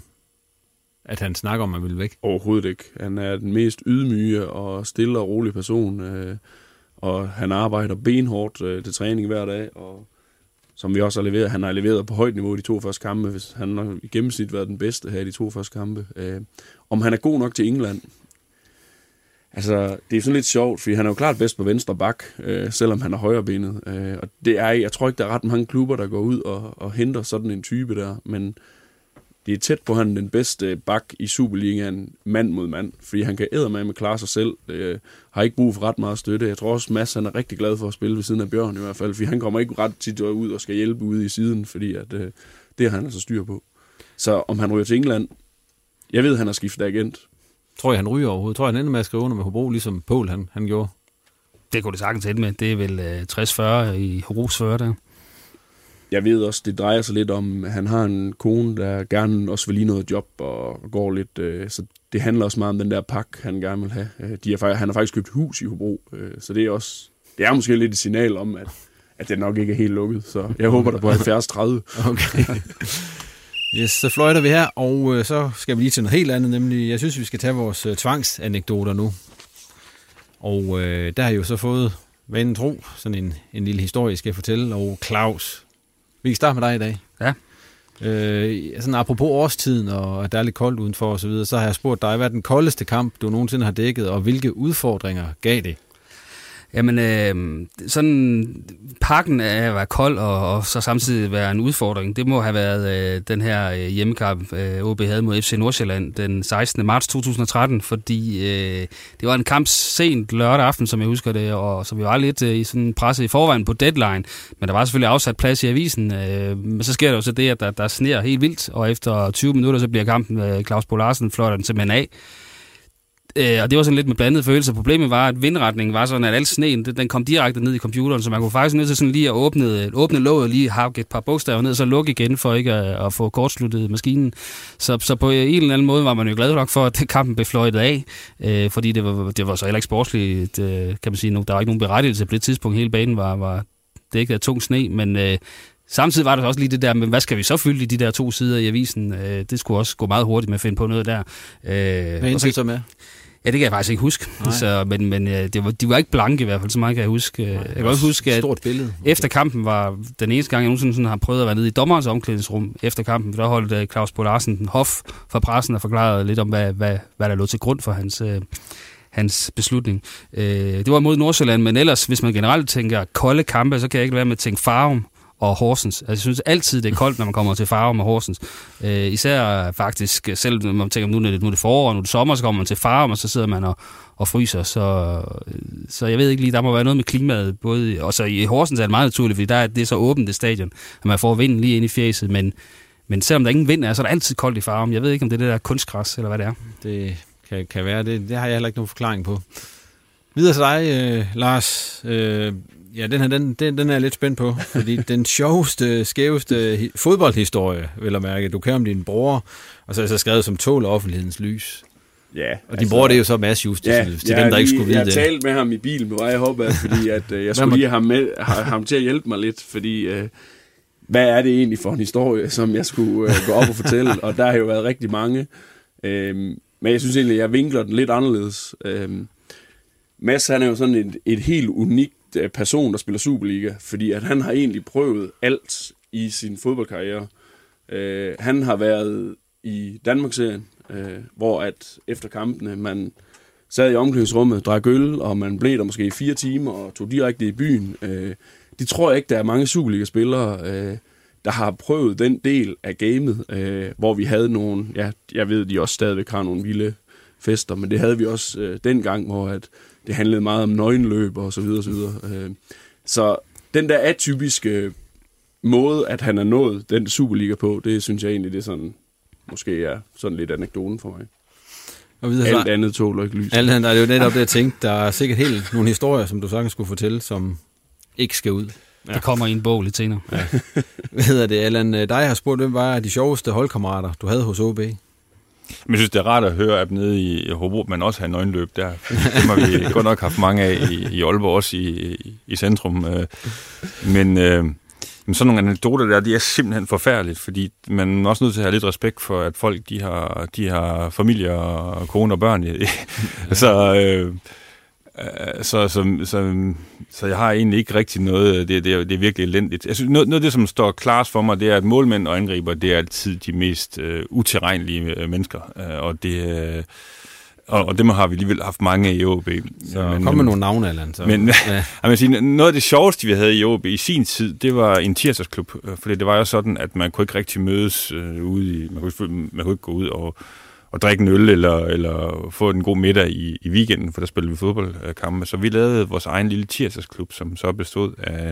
at han snakker om, at han vil væk? Overhovedet ikke. Han er den mest ydmyge og stille og rolig person, og han arbejder benhårdt til træning hver dag, og som vi også har leveret. Han har leveret på højt niveau i de 2 første kampe, hvis han har i gennemsnit været den bedste her i de 2 første kampe. Om han er god nok til England? Altså, det er sådan lidt sjovt, fordi han er jo klart bedst på venstre bak, selvom han er højrebenet. Og jeg tror ikke, der er ret mange klubber, der går ud og henter sådan en type der, men det er tæt på, han den bedste bak i Superligaen, mand mod mand, fordi han kan eddermame klare sig selv, har ikke brug for ret meget støtte. Jeg tror også, Mads han er rigtig glad for at spille ved siden af Bjørn i hvert fald, fordi han kommer ikke ret tit ud og skal hjælpe ude i siden, fordi at, det har han altså styr på. Så om han ryger til England, jeg ved, han har skiftet agent. Tror jeg, han ryger overhovedet? Tror jeg, han ender med at skrive under med Hobro, ligesom Paul han gjorde? Det kunne det sagtens ende med. Det er vel 60-40 i Hobros 40 der. Jeg ved også, det drejer sig lidt om, at han har en kone, der gerne også vil lige noget job og går lidt. Så det handler også meget om den der pakke, han gerne vil have. Han har faktisk købt hus i Hobro, så det er måske lidt et signal om, at det nok ikke er helt lukket. Så jeg håber, der på 70-30. Okay. Yes, så fløjter vi her, og så skal vi lige til noget helt andet, nemlig jeg synes, vi skal tage vores tvangsanekdoter nu. Og der har jeg jo så fået vanen tro, sådan en lille historie, skal jeg fortælle, og Claus, vi kan starte med dig i dag. Ja. Sådan apropos årstiden, og at der er lidt koldt udenfor og så videre, så har jeg spurgt dig, hvad er den koldeste kamp, du nogensinde har dækket, og hvilke udfordringer gav det? Jamen, sådan pakken af at være kold og så samtidig være en udfordring, det må have været den her hjemmekamp, OB havde mod FC Nordsjælland den 16. marts 2013, fordi det var en kamp sent lørdag aften, som jeg husker det, og så vi var lidt i sådan presset i forvejen på deadline, men der var selvfølgelig afsat plads i avisen, men så sker der jo så det, at der sneer helt vildt, og efter 20 minutter, så bliver kampen, Claus Bo Larsen fløjter den simpelthen af. Og det var sådan lidt med blandede følelser. Problemet var, at vindretningen var sådan, at al sneen, den kom direkte ned i computeren, så man kunne faktisk nødt til sådan lige at åbne låget, lige hakke et par bogstaver ned, så lukke igen, for ikke at få kortsluttet maskinen. Så på en eller anden måde var man jo glad nok for, at kampen blev fløjtet af, fordi det var så heller ikke sportsligt, kan man sige. Der var ikke nogen berettigelse på det tidspunkt. Hele banen var dækket af tung sne, men samtidig var der også lige det der, men hvad skal vi så fylde i de der 2 sider i avisen? Det skulle også gå meget hurtigt med at finde på noget der. Hvad endte det så med? Ja, det kan jeg faktisk ikke huske. Så, men de var ikke blanke i hvert fald, så meget kan jeg huske. Jeg kan også huske, at stort billede. Efter kampen var den eneste gang, jeg nogensinde sådan har prøvet at være nede i dommerens omklædningsrum efter kampen. Der holdt Claus Bo Larsen den hof fra pressen og forklarede lidt om, hvad der lå til grund for hans beslutning. Det var mod Nordsjælland, men ellers, hvis man generelt tænker kolde kampe, så kan jeg ikke være med at tænke Farum og Horsens. Altså, jeg synes altid, det er koldt, når man kommer til Farum og Horsens. Især faktisk, selv når man tænker, nu er det forår, og nu er det sommer, så kommer man til Farum, og så sidder man og fryser. Så jeg ved ikke lige, der må være noget med klimaet. Og så i Horsens er det meget naturligt, fordi det er så åbent det stadion, at man får vinden lige ind i fjeset, men selvom der ingen vind er, så er det altid koldt i Farum. Jeg ved ikke, om det er det der kunstgræs, eller hvad det er. Det kan være. Det har jeg heller ikke nogen forklaring på. Videre til dig, Lars. Ja, den er jeg lidt spændt på, fordi den sjoveste, skæveste fodboldhistorie, vil jeg mærke, du kan om din bror, og så er så skrevet som tål offentlighedens lys. Ja. Og din bror, det er jo så Mads Just, til dem, der ikke skulle vide det. Jeg talte med ham i bilen på vej heroppe, fordi at, jeg skulle lige have ham til at hjælpe mig lidt, fordi hvad er det egentlig for en historie, som jeg skulle gå op og fortælle, og der har jo været rigtig mange. Men jeg synes egentlig, at jeg vinkler den lidt anderledes. Mads, han er jo sådan et helt unikt person, der spiller Superliga, fordi at han har egentlig prøvet alt i sin fodboldkarriere. Han har været i Danmarksserien, hvor at efter kampene, man sad i omklædningsrummet, drak øl, og man blev der måske i 4 timer og tog direkte i byen. Det tror jeg ikke, der er mange Superliga-spillere, der har prøvet den del af gamet, hvor vi havde nogle, ja, jeg ved, de også stadigvæk har nogle vilde fester, men det havde vi også dengang, hvor at det handlede meget om nøgenløb og så videre, så videre. Så den der atypiske måde, at han er nået den Superliga på, det synes jeg egentlig, det er sådan, måske er sådan lidt anekdoten for mig. Og videre, alt andet tåler ikke lys. Alt andet, der er jo netop det, jeg tænkte. Der er sikkert helt nogle historier, som du sagtens skulle fortælle, som ikke skal ud. Ja. Det kommer i en bog lidt senere. Ja. Hvad hedder det, Allan? Dig har spurgt, hvem var de sjoveste holdkammerater, du havde hos OB? Men jeg synes, det er rart at høre, at nede i Hobro, man også har nøgenløb der. Det har vi godt nok haft mange af i Aalborg, også i centrum. Men sådan nogle anekdoter der, de er simpelthen forfærdeligt, fordi man er også nødt til at have lidt respekt for, at folk de har familier og kone og børn. Så jeg har egentlig ikke rigtig noget, det er virkelig elendigt. Jeg synes, noget af det, som står klart for mig, det er, at målmænd og angriber, det er altid de mest utilregnelige mennesker, og dem har vi alligevel haft mange i OB. Så kom med nogle navne, Allan. Men ja. Sige, noget af det sjoveste, vi havde i OB i sin tid, det var en tirsdagsklub, fordi det var jo sådan, at man kunne ikke rigtig mødes ude man kunne ikke gå ud og drikke en øl eller få en god middag i weekenden, for der spillede vi fodboldkampe. Så vi lavede vores egen lille tirsdagsklub, som så bestod af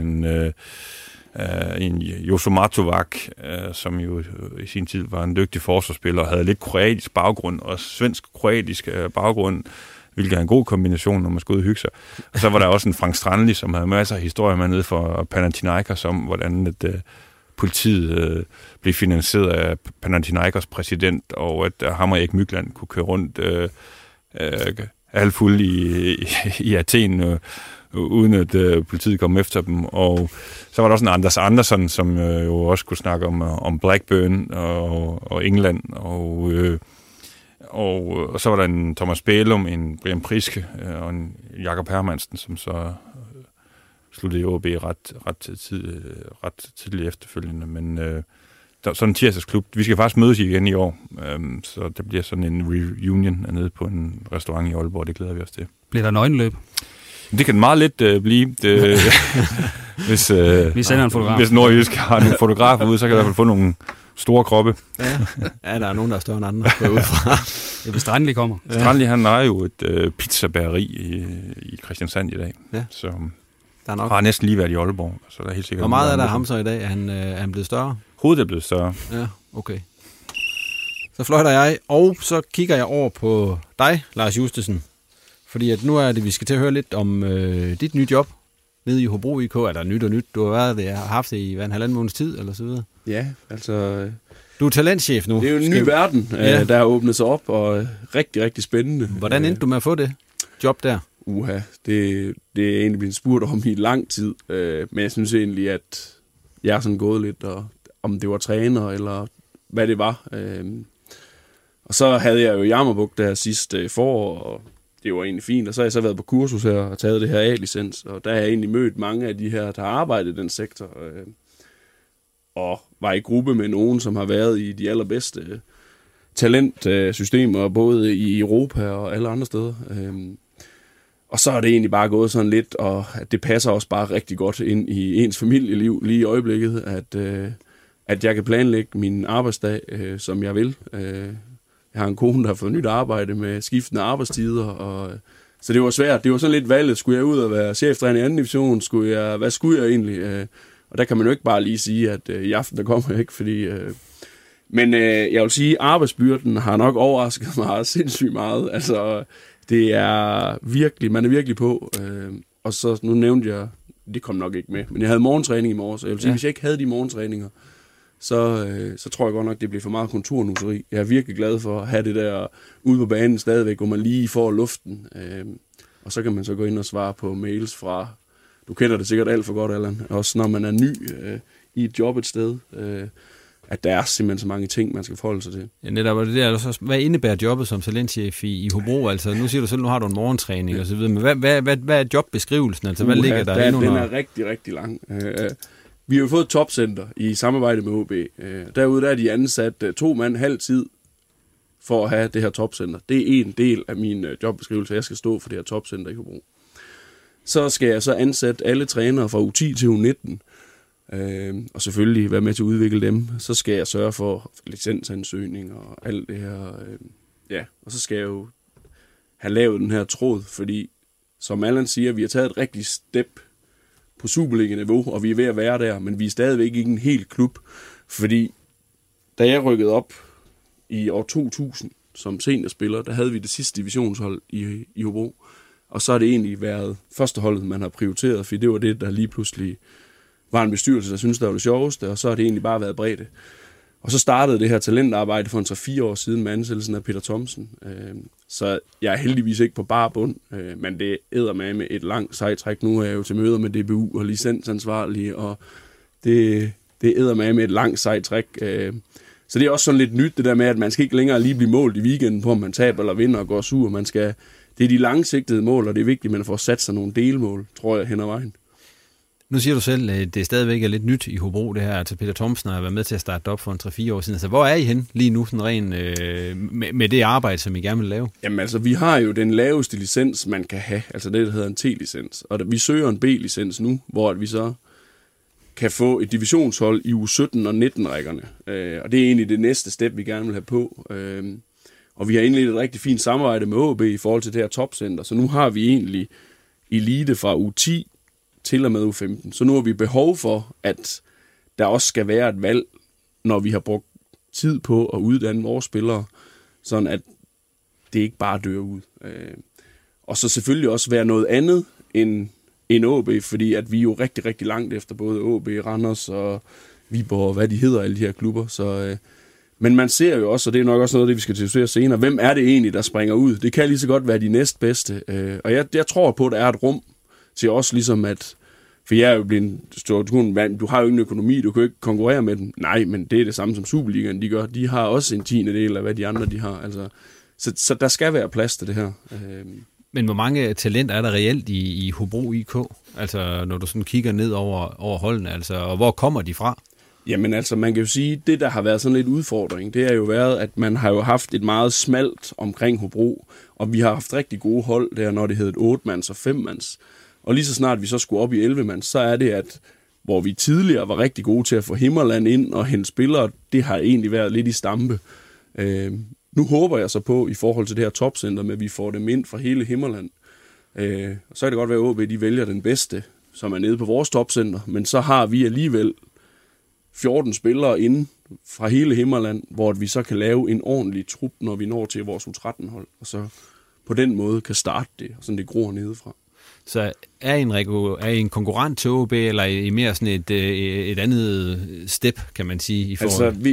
en Joso Martovac, som jo i sin tid var en dygtig forsvarsspiller og havde lidt kroatisk baggrund og svensk-kroatisk baggrund, hvilket er en god kombination, når man skal ud og hygge sig. Og så var der også en Frank Strandli, som havde masser af historier med nede for Panathinaikos om, hvordan politiet blev finansieret af Panathinaikos præsident, og at ham og Erik Mykland kunne køre rundt halvfuld i Athen, uden at politiet kom efter dem. Og så var der også en Anders Andersson, som jo også kunne snakke om Blackburn og England, og så var der en Thomas Bælum, en Brian Priske og en Jakob Hermansen, som så sluttede i OB ret tidligt efterfølgende, men sådan en tirsdagsklub. Vi skal faktisk mødes igen i år, så det bliver sådan en reunion nede på en restaurant i Aalborg, det glæder vi os til. Bliver der nøgenløb? Det kan meget lidt blive. Hvis vi sender en fotograf. Hvis Nordjysk har nogle fotografer ude, så kan jeg i hvert fald få nogle store kroppe. Ja, der er nogen, der er større end andre. Udefra. Det vil Strandli kommer. Ja. Strandli, han har jo et pizzabageri i Kristiansand i dag. Ja. Så der har næsten lige været i Aalborg. Så der er helt sikkert. Hvor meget er der ham så i dag? Er han blevet større? Hovedet er blevet større. Ja, okay. Så fløjter jeg, og så kigger jeg over på dig, Lars Justesen. Fordi at nu er det, vi skal til at høre lidt om dit nye job nede i Hobro IK. Er der nyt og nyt? Du har været det, har haft det i en halvanden måneds tid, eller så videre? Ja, altså... Du er talentchef nu. Det er jo en ny verden, der har åbnet sig op, og rigtig, rigtig spændende. Hvordan endte du med at få det job der? Det er egentlig blevet spurgt om i lang tid, men jeg synes egentlig, at jeg er sådan gået lidt, og om det var træner, eller hvad det var. Og så havde jeg jo Jammerbuk der sidste forår, og det var egentlig fint, og så har jeg så været på kursus her og taget det her A-licens, og der har jeg egentlig mødt mange af de her, der har arbejdet i den sektor, og var i gruppe med nogen, som har været i de allerbedste talentsystemer, både i Europa og alle andre steder. Og så er det egentlig bare gået sådan lidt, og at det passer også bare rigtig godt ind i ens familieliv lige i øjeblikket, at jeg kan planlægge min arbejdsdag, som jeg vil. Jeg har en kone, der har fået nyt arbejde med skiftende arbejdstider, og så det var svært. Det var sådan lidt valget. Skulle jeg ud og være cheftræner i anden division? Hvad skulle jeg egentlig? Og der kan man jo ikke bare lige sige, at i aften der kommer jeg ikke, fordi... Men jeg vil sige, at arbejdsbyrden har nok overrasket mig sindssygt meget. Altså, det er virkelig, man er virkelig på. Og så, nu nævnte jeg, det kom nok ikke med, men jeg havde morgentræning i morges, og jeg vil sige, hvis jeg ikke havde de morgentræninger, så tror jeg godt nok, det bliver for meget kontornusseri. Jeg er virkelig glad for at have det der ude på banen stadigvæk, hvor man lige får luften. Og så kan man så gå ind og svare på mails fra, du kender det sikkert alt for godt, Allan, også når man er ny i et job et sted, at der er simpelthen så mange ting, man skal forholde sig til. Ja, netop, det er så, hvad indebærer jobbet som talentchef i Hobro? Altså, nu siger du selv, nu har du en morgentræning og så videre, men hvad er jobbeskrivelsen? Altså, hvad ligger der den er rigtig, rigtig lang. Vi har jo fået et topcenter i samarbejde med OB. Derude der er de ansat 2 mand halv tid for at have det her topcenter. Det er en del af min jobbeskrivelse, jeg skal stå for det her topcenter i Hobro. Så skal jeg så ansætte alle trænere fra U10 til U19, og selvfølgelig være med til at udvikle dem. Så skal jeg sørge for licensansøgning og alt det her. Og så skal jeg jo have lavet den her tråd, fordi som Allan siger, vi har taget et rigtigt step på Superliga-niveau, og vi er ved at være der, men vi er stadigvæk ikke en hel klub, fordi da jeg rykkede op i år 2000 som seniorspiller, der havde vi det sidste divisionshold i Hobro, og så har det egentlig været førsteholdet, man har prioriteret, for det var det, der lige pludselig var en bestyrelse, der syntes, det var det sjoveste, og så har det egentlig bare været bredde. Og så startede det her talentarbejde for 3-4 år siden med ansættelsen af Peter Thomsen. Så jeg er heldigvis ikke på bare bund, men det eddermame et langt sejtræk. Nu er jeg jo til møder med DBU og licensansvarlige, og det eddermame et langt sejtræk. Så det er også sådan lidt nyt, det der med, at man skal ikke længere lige blive målt i weekenden på, om man taber eller vinder og går sur. Det er de langsigtede mål, og det er vigtigt, at man får sat sig nogle delmål, tror jeg, hen ad vejen. Nu siger du selv, at det stadigvæk er lidt nyt i Hobro, det her. Altså Peter Thomsen har været med til at starte op for 3-4 år siden. Så hvor er I hen lige nu, sådan ren, med det arbejde, som I gerne vil lave? Jamen altså, vi har jo den laveste licens, man kan have. Altså det, der hedder en T-licens. Og vi søger en B-licens nu, hvor vi så kan få et divisionshold i U17 og 19-rækkerne. Og det er egentlig det næste step, vi gerne vil have på. Og vi har egentlig et rigtig fint samarbejde med OB i forhold til det her topcenter. Så nu har vi egentlig elite fra U10 til og med U15. Så nu har vi behov for, at der også skal være et valg, når vi har brugt tid på at uddanne vores spillere, sådan at det ikke bare dør ud. Og så selvfølgelig også være noget andet end OB, fordi at vi er jo rigtig, rigtig langt efter både OB, Randers og Viborg, hvad de hedder, alle de her klubber. Så, men man ser jo også, og det er nok også noget af det, vi skal diskutere senere, hvem er det egentlig, der springer ud? Det kan lige så godt være de næstbedste. Og jeg tror på, at der er et rum til os ligesom at, for jeg er jo blevet du har jo ingen økonomi, du kan jo ikke konkurrere med dem. Nej, men det er det samme som Superligaen, de gør. De har også en 10. af, hvad de andre de har. Altså, så der skal være plads til det her. Men hvor mange talenter er der reelt i Hobro IK? Altså, når du sådan kigger ned over holdene, altså, og hvor kommer de fra? Jamen altså, man kan jo sige, det der har været sådan lidt udfordring, det har jo været, at man har jo haft et meget smalt omkring Hobro, og vi har haft rigtig gode hold der, når det hed 8-mands og 5-mands. Og lige så snart vi så skulle op i 11-mands, så er det, at hvor vi tidligere var rigtig gode til at få Himmerland ind og hente spillere, det har egentlig været lidt i stampe. Nu håber jeg så på, i forhold til det her topcenter, med at vi får dem ind fra hele Himmerland. Så kan det godt være, at OB de vælger den bedste, som er nede på vores topcenter, men så har vi alligevel 14 spillere inde fra hele Himmerland, hvor vi så kan lave en ordentlig trup, når vi når til vores U13-hold, og så på den måde kan starte det, og sådan det gror nedefra. Så er I en konkurrent til OB, eller er I mere sådan et andet step, kan man sige, i forhold? Altså,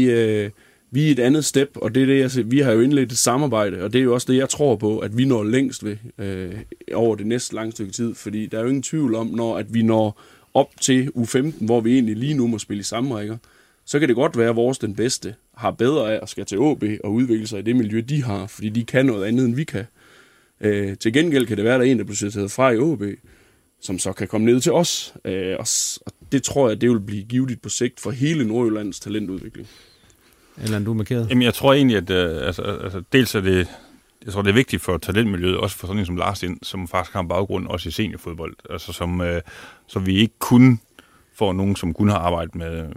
vi er et andet step, og det er det, jeg siger. Vi har jo indledt et samarbejde, og det er jo også det, jeg tror på, at vi når længst ved over det næste lange stykke tid, fordi der er jo ingen tvivl om, at vi når op til U15, hvor vi egentlig lige nu må spille i samme rækker, så kan det godt være, at vores den bedste har bedre af at skal til OB og udvikle sig i det miljø, de har, fordi de kan noget andet, end vi kan. Til gengæld kan det være, at der er en, der bliver sorteret fra i OB, som så kan komme ned til os, og det tror jeg, det vil blive givet på sigt for hele Nordjyllands talentudvikling. Eller du markeret? Jamen, jeg tror egentlig, at dels er det, jeg tror, det er vigtigt for talentmiljøet, også for sådan en som Lars Ind, som faktisk har en baggrund også i seniorfodbold, altså så vi ikke kun får nogen, som kun har arbejdet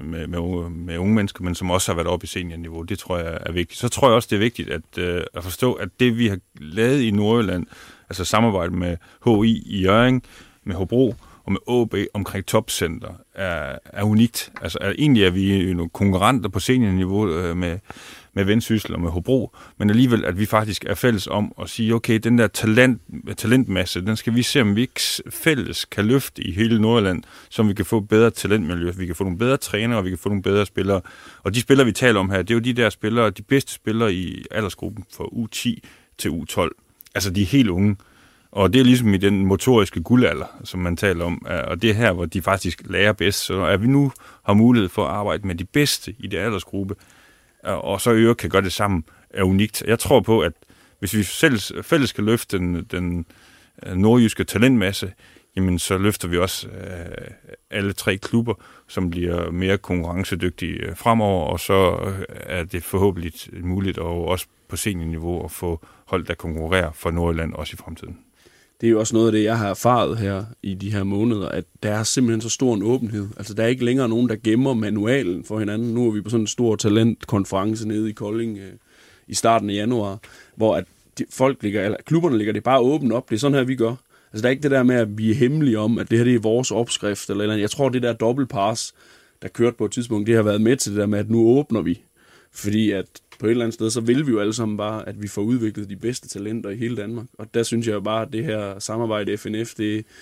med unge mennesker, men som også har været oppe i seniorniveau. Det tror jeg er vigtigt. Så tror jeg også, det er vigtigt at forstå, at det, vi har lavet i Nordjylland, altså samarbejde med HI i Hjørring, med Hobro og med OB omkring topcenter, er unikt. Altså egentlig er vi nogle konkurrenter på seniorniveau med Vendsyssel og med Hobro, men alligevel, at vi faktisk er fælles om at sige, okay, den der talentmasse, den skal vi se, om vi ikke fælles kan løfte i hele Nordjylland, så vi kan få bedre talentmiljø, vi kan få nogle bedre trænere, og vi kan få nogle bedre spillere. Og de spillere, vi taler om her, det er jo de der spillere, de bedste spillere i aldersgruppen fra U10 til U12. Altså de er helt unge. Og det er ligesom i den motoriske guldalder, som man taler om, og det er her, hvor de faktisk lærer bedst. Så at vi nu har mulighed for at arbejde med de bedste i det aldersgruppe, og så kan gøre det sammen, er unikt. Jeg tror på, at hvis vi fælles skal løfte den nordjyske talentmasse, jamen så løfter vi også alle 3 klubber, som bliver mere konkurrencedygtige fremover, og så er det forhåbentlig muligt at også på seniorniveau at få hold, der konkurrerer for Nordjylland også i fremtiden. Det er jo også noget af det, jeg har erfaret her i de her måneder, at der er simpelthen så stor en åbenhed. Altså, der er ikke længere nogen, der gemmer manualen for hinanden. Nu er vi på sådan en stor talentkonference nede i Kolding i starten af januar, hvor at klubberne ligger det bare åbent op. Det er sådan her, vi gør. Altså, der er ikke det der med, at vi er hemmelige om, at det her det er vores opskrift. Eller jeg tror, det der dobbeltpass, der kørte på et tidspunkt, det har været med til det der med, at nu åbner vi. Fordi at på et eller andet sted, så vil vi jo alle sammen bare, at vi får udviklet de bedste talenter i hele Danmark. Og der synes jeg jo bare, at det her samarbejde FNF,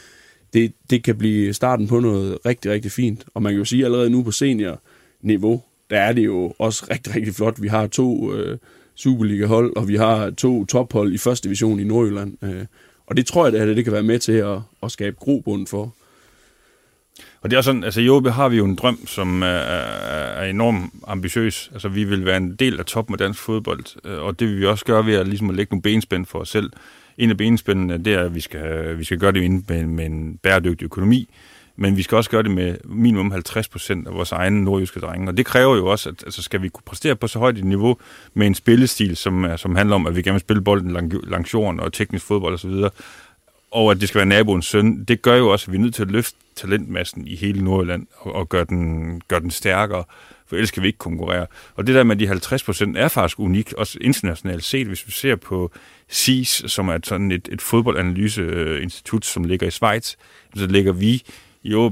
det kan blive starten på noget rigtig, rigtig fint. Og man kan jo sige, at allerede nu på seniorniveau, der er det jo også rigtig, rigtig flot. Vi har 2 Superliga-hold, og vi har 2 tophold i første division i Nordjylland. Og det tror jeg, det kan være med til at skabe grobund for. Og det er sådan, altså i OB har vi jo en drøm, som er enormt ambitiøs. Altså vi vil være en del af top med dansk fodbold, og det vil vi også gøre ved at lægge nogle benspænd for os selv. En af benspændene, det er, at vi skal gøre det med en bæredygtig økonomi, men vi skal også gøre det med minimum 50% af vores egne nordjyske drenge. Og det kræver jo også, at skal vi kunne præstere på så højt et niveau med en spillestil, som handler om, at vi gerne vil spille bolden langs jorden og teknisk fodbold osv., og at det skal være naboens søn, det gør jo også, at vi er nødt til at løfte talentmassen i hele Nordjylland og gøre den stærkere, for ellers kan vi ikke konkurrere. Og det der med de 50% er faktisk unikt, også internationalt set, hvis vi ser på SIS, som er sådan et fodboldanalyseinstitut, som ligger i Schweiz, så ligger vi i OB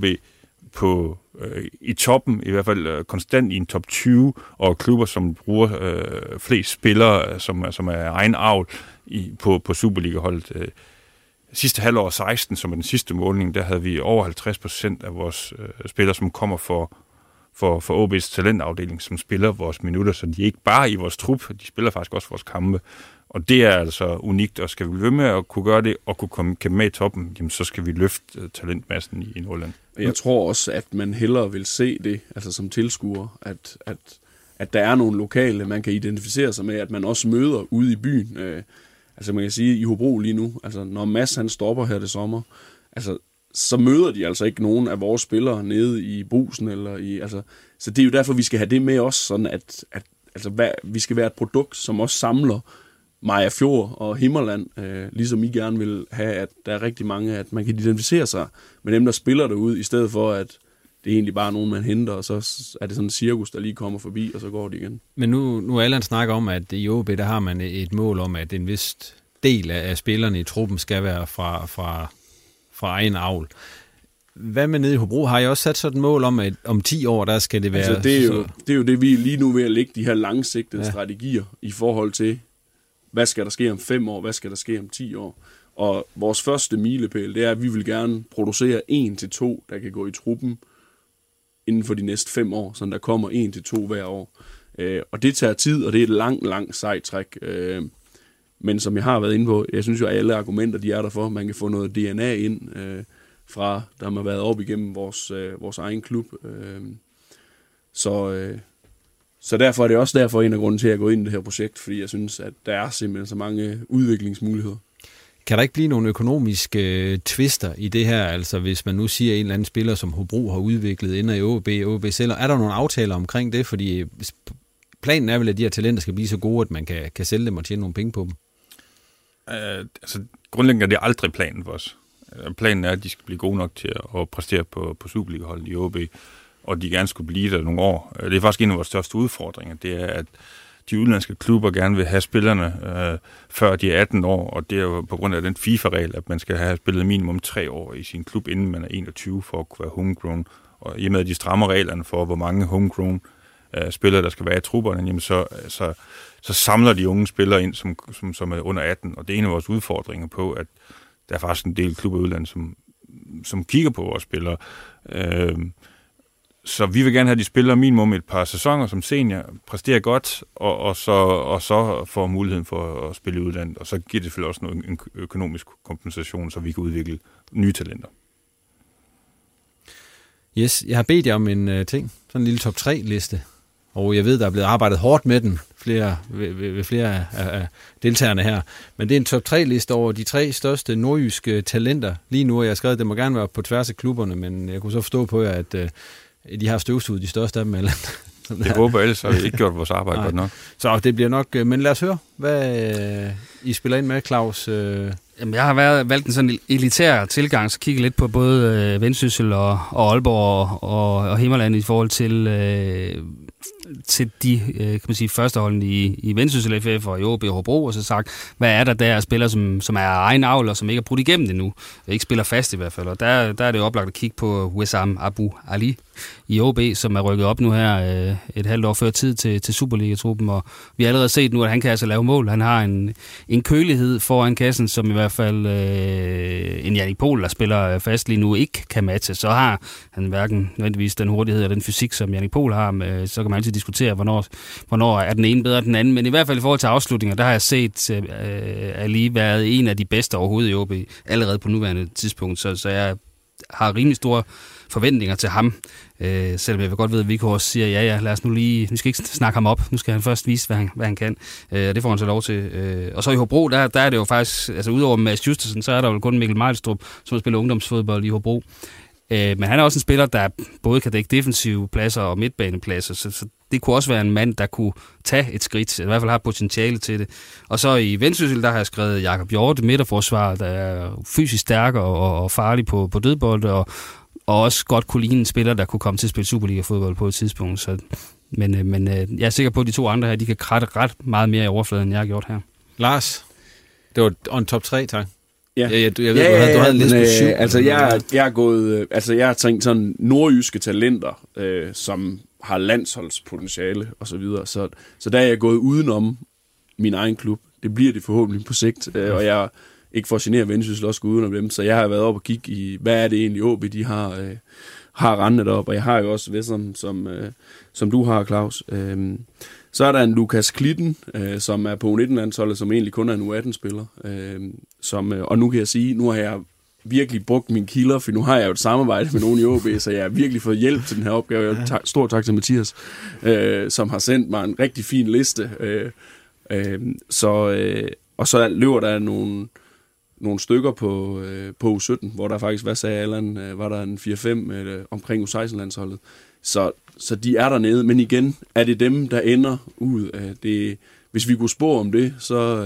i toppen, i hvert fald konstant i en top 20, og klubber, som bruger flest spillere, som er egen avl på Superliga-holdet. Sidste halvår 16, som er den sidste måling, der havde vi over 50% af vores spillere, som kommer for OB's talentafdeling, som spiller vores minutter, så de er ikke bare i vores trup, de spiller faktisk også vores kampe. Og det er altså unikt, og skal vi ved med at kunne gøre det, og kunne komme med i toppen, jamen, så skal vi løfte talentmassen i Nordjylland. Jeg tror også, at man hellere vil se det, altså som tilskuer, at der er nogle lokale, man kan identificere sig med, at man også møder ude i byen. Altså man kan sige, i Hobro lige nu, altså når Mads han stopper her det sommer, altså så møder de altså ikke nogen af vores spillere nede i Brugsen eller i, altså, så det er jo derfor vi skal have det med os, sådan at vi skal være et produkt, som også samler Maja Fjord og Himmerland, ligesom I gerne vil have, at der er rigtig mange, at man kan identificere sig med dem, der spiller derude, i stedet for at det er egentlig bare nogen, man henter, og så er det sådan en cirkus, der lige kommer forbi, og så går det igen. Men nu Allan snakker om, at i OB, der har man et mål om, at en vis del af spillerne i truppen skal være fra egen avl. Hvad med nede i Hobro? Har I også sat sådan et mål om, at om 10 år, der skal det være... Altså, det er jo det, vi er lige nu ved at lægge de her langsigtede strategier i forhold til, hvad skal der ske om 5 år, hvad skal der ske om 10 år. Og vores første milepæl, det er, at vi vil gerne producere 1-2, der kan gå i truppen inden for de næste 5 år, så der kommer 1-2 hver år. Og det tager tid, og det er et langt sejtræk. Men som jeg har været inde på, jeg synes jo, at alle argumenter, de er der for. Man kan få noget DNA ind fra, der har været op igennem vores egen klub. Så derfor er det også derfor en af grunden til, at jeg går ind i det her projekt, fordi jeg synes, at der er simpelthen så mange udviklingsmuligheder. Kan der ikke blive nogle økonomiske twister i det her? Altså hvis man nu siger, at en eller anden spiller, som Hobro har udviklet inden i OB selv, er der nogle aftaler omkring det? Fordi planen er vel, at de her talenter skal blive så gode, at man kan sælge dem og tjene nogle penge på dem? Altså grundlæggende er det aldrig planen for os. Planen er, at de skal blive gode nok til at præstere på Superliga-holdet i OB, og de gerne skulle blive der nogle år. Det er faktisk en af vores største udfordringer, det er, at de udenlandske klubber gerne vil have spillerne før de er 18 år, og det er jo på grund af den FIFA-regel, at man skal have spillet minimum 3 år i sin klub, inden man er 21 for at kunne være homegrown. Og i og med, at de strammer reglerne for, hvor mange homegrown spillere, der skal være i trupperne, jamen så samler de unge spillere ind, som er under 18, og det er en af vores udfordringer på, at der er faktisk en del klubber i udlandet, som kigger på vores spillere. Så vi vil gerne have de spillere minimum et par sæsoner som senior, præsterer godt, og så får muligheden for at spille i udlandet. Og så giver det selvfølgelig også en økonomisk kompensation, så vi kan udvikle nye talenter. Yes, jeg har bedt jer om en ting, sådan en lille top 3-liste. Og jeg ved, der er blevet arbejdet hårdt med den ved flere af deltagerne her. Men det er en top 3-liste over de 3 største nordjyske talenter. Lige nu, jeg har skrevet, at det må gerne være på tværs af klubberne, men jeg kunne så forstå på jer, at de har støvsuget de største af dem. Eller det håber jeg, ellers har vi ikke gjort vores arbejde godt nok. Så det bliver nok... Men lad os høre, hvad I spiller ind med, Claus. Jamen, jeg har valgt en sådan elitær tilgang, så kigge lidt på både Vendsyssel og Aalborg og Himmerland i forhold til de kan man sige, førsteholdene i Vendsyssel FF og i OB og Hobro, og så sagt, hvad er der af spillere, som er egen avl og som ikke er brudt igennem det nu, ikke spiller fast i hvert fald, og der er det oplagt at kigge på Wissam Abu Ali i OB, som er rykket op nu her et halvt år før tid til Superliga-truppen, og vi har allerede set nu, at han kan altså lave mål. Han har en kølighed foran kassen, som i hvert fald en Jannik Pohl, der spiller fast lige nu, ikke kan matche. Så har han hverken nødvendigvis den hurtighed og den fysik, som Jannik Pohl har. Så kan man altid diskutere, hvornår er den ene bedre end den anden. Men i hvert fald i forhold til afslutninger, der har jeg set Ali været en af de bedste overhovedet i OB, allerede på nuværende tidspunkt. Så jeg har rimelig store forventninger til ham. Selvom jeg vil godt ved, at Viggo også siger, ja, lad os nu lige... Vi skal ikke snakke ham op. Nu skal han først vise, hvad han kan. Det får han så lov til. Og så i Hobro, der er det jo faktisk... Altså udover Mads Justesen, så er der jo kun Mikkel Mejlstrup, som har spillet ungdomsfodbold i Hobro. Men han er også en spiller, der både kan dække defensive pladser og midtbanepladser, så det kunne også være en mand, der kunne tage et skridt, i hvert fald har potentiale til det. Og så i Vendsyssel, der har jeg skrevet Jakob Hjorte, midterforsvar, der er fysisk stærk og farlig på dødbold, og også godt kunne ligne en spiller, der kunne komme til at spille Superliga-fodbold på et tidspunkt. Så, men jeg er sikker på, at de 2 andre her, de kan kratte ret meget mere i overfladen, end jeg har gjort her. Lars, det var en top 3, tak. Ja. Jeg ved, du havde en liste på 7. Altså, jeg har tænkt sådan nordjyske talenter, som har landsholdspotentiale og så videre. Så der er jeg gået udenom min egen klub. Det bliver det forhåbentlig på sigt, og jeg ikke for at genere Vendsyssel også gå udenom dem. Så jeg har været op og kigge i, hvad er det egentlig OB, de har rendet op, og jeg har jo også Vessam, som du har, Claus. Så er der en Lukas Klitten, som er på U19-landsholdet, som egentlig kun er en U18-spiller. Og nu kan jeg sige, nu har jeg virkelig brugt mine kilder, for nu har jeg jo et samarbejde med nogen i OB, så jeg har virkelig fået hjælp til den her opgave. Stor tak til Mathias, som har sendt mig en rigtig fin liste. Og så løber der nogle stykker på U17, hvor der faktisk, hvad sagde Allan, var der en 4-5 omkring U16-landsholdet. Så de er dernede, men igen, er det dem, der ender ud af det. Hvis vi kunne spå om det,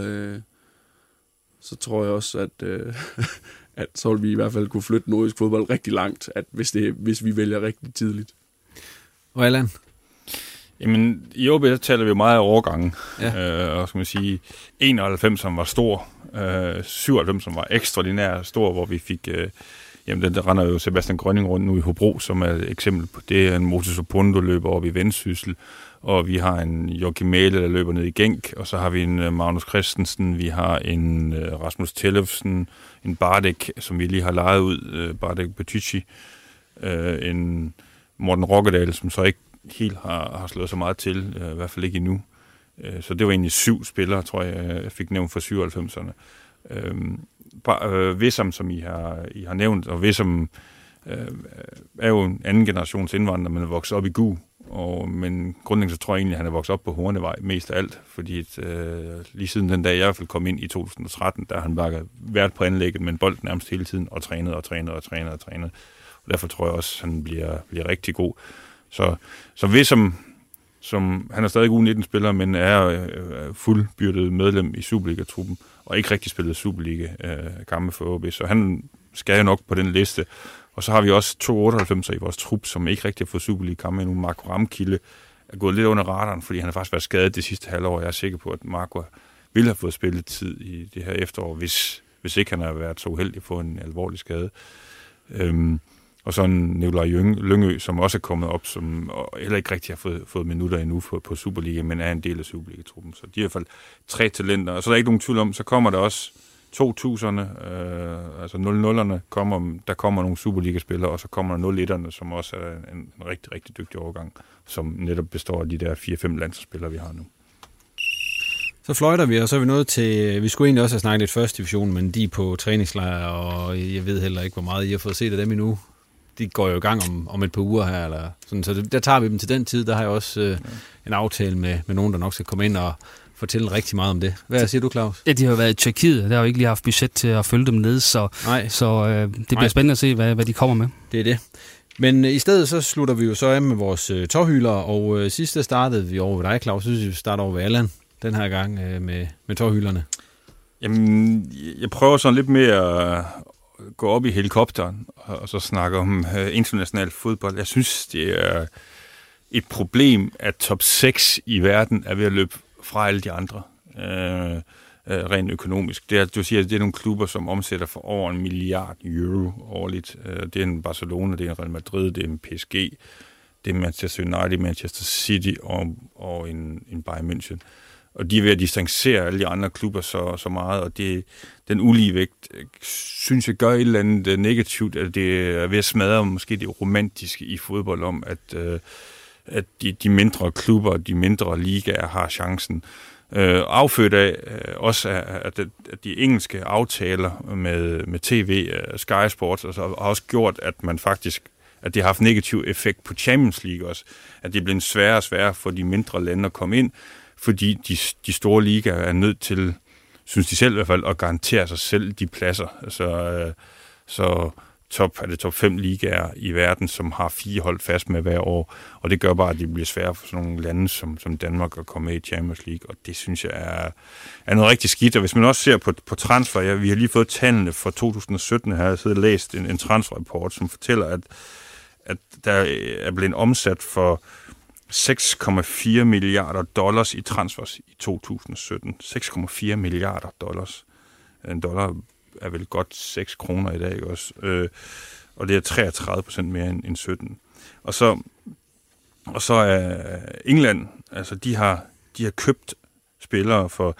så tror jeg også, at så vil vi i hvert fald kunne flytte nordisk fodbold rigtig langt, hvis vi vælger rigtig tidligt. Og Allan? Jamen, i OB taler vi jo meget af årgange, og skal man sige, 91 som var stor, 97 som var ekstraordinær stor, hvor vi fik Jamen, der render jo Sebastian Grønning rundt nu i Hobro, som er et eksempel på det. En Moses Opondo løber op i Vendsyssel, og vi har en Joachim Mæhle, der løber ned i Genk, og så har vi en Magnus Christensen, vi har en Rasmus Tellefsen, en Bardek, som vi lige har lejet ud, Bardek Betici, en Morten Rokkedal, som så ikke helt har slået så meget til, i hvert fald ikke endnu. Så det var egentlig 7 spillere, tror jeg fik nævnt fra 97'erne. Vissam, som I har nævnt, og Vissam er jo en anden generations indvandrer, men er vokset op i Gu, men grundlæggende så tror jeg egentlig, at han er vokset op på Hornevej mest af alt, fordi lige siden den dag, jeg i hvert fald kom ind i 2013, der har han bare været på anlægget med en bold nærmest hele tiden, og trænet. Og derfor tror jeg også, at han bliver rigtig god. Så Vissam, som han er stadig U19-spiller, men er fuldbyrdet medlem i Superliga-truppen, og ikke rigtig spillet Superliga-kampe for OB, så han skal jo nok på den liste. Og så har vi også 2 98'er i vores trup, som ikke rigtig har fået Superliga-kampe endnu. Marco Ramkilde er gået lidt under radaren, fordi han har faktisk været skadet det sidste halvår. Jeg er sikker på, at Marco ville have fået spillet tid i det her efterår, hvis ikke han har været så uheldig at få en alvorlig skade. Og så en Nikolaj Lyngø, som også er kommet op, som heller ikke rigtig har fået minutter endnu på Superliga, men er en del af Superliga-truppen. Så de er i hvert fald 3 talenter. Og så er der ikke nogen tvivl om, så kommer der også 2000'erne, altså 00'erne, der kommer nogle Superliga-spillere, og så kommer der 01'erne, som også er en rigtig, rigtig dygtig overgang, som netop består af de der 4-5 landsspillere, vi har nu. Så fløjter vi, og så er vi nået til, vi skulle egentlig også have snakket lidt første division, men de er på træningslejr, og jeg ved heller ikke, hvor meget I har fået set af dem endnu. De går jo i gang om et par uger her, eller sådan, så der tager vi dem til den tid. Der har jeg også en aftale med nogen, der nok skal komme ind og fortælle rigtig meget om det. Hvad siger du, Claus? Ja, de har jo været i Tjekkiet, der har jo ikke lige haft budget til at følge dem ned, så det bliver spændende at se, hvad de kommer med. Det er det. Men i stedet så slutter vi jo så af med vores tårhylere, og sidst der startede vi over ved dig, Claus. Så synes vi starter over ved Allan den her gang med tårhylerne. Jamen, jeg prøver sådan lidt mere at gå op i helikopteren og så snakke om international fodbold. Jeg synes, det er et problem, at top 6 i verden er ved at løbe fra alle de andre, rent økonomisk. Du siger, at det er nogle klubber, som omsætter for over 1 milliard euro årligt. Det er en Barcelona, det er en Real Madrid, det er en PSG, det er Manchester United, Manchester City og en Bayern München. Og de er ved at distancere alle de andre klubber så meget, og den ulige vægt, synes jeg, gør et eller andet negativt, at det er ved at smadre måske det romantiske i fodbold om, at de mindre klubber, de mindre ligaer har chancen. Affødt af også at de engelske aftaler med TV, Sky Sports, altså, har også gjort, at man faktisk, at det har haft negativ effekt på Champions League også, at det er blevet sværere og sværere for de mindre lande at komme ind, fordi de store ligaer er nødt til, synes de selv i hvert fald, at garantere sig selv de pladser. Så top 5 ligaer i verden, som har 4 hold fast med hver år, og det gør bare, at det bliver svært for sådan nogle lande som Danmark at komme med i Champions League, og det synes jeg er noget rigtig skidt. Og hvis man også ser på transfer, vi har lige fået tallene for 2017 her, jeg har læst en transferrapport, som fortæller, at der er blevet omsat for 6,4 milliarder dollars i transfers i 2017. 6,4 milliarder dollars. En dollar er vel godt 6 kroner i dag også. Og det er 33% mere end 17. Og så er England, altså de har købt spillere for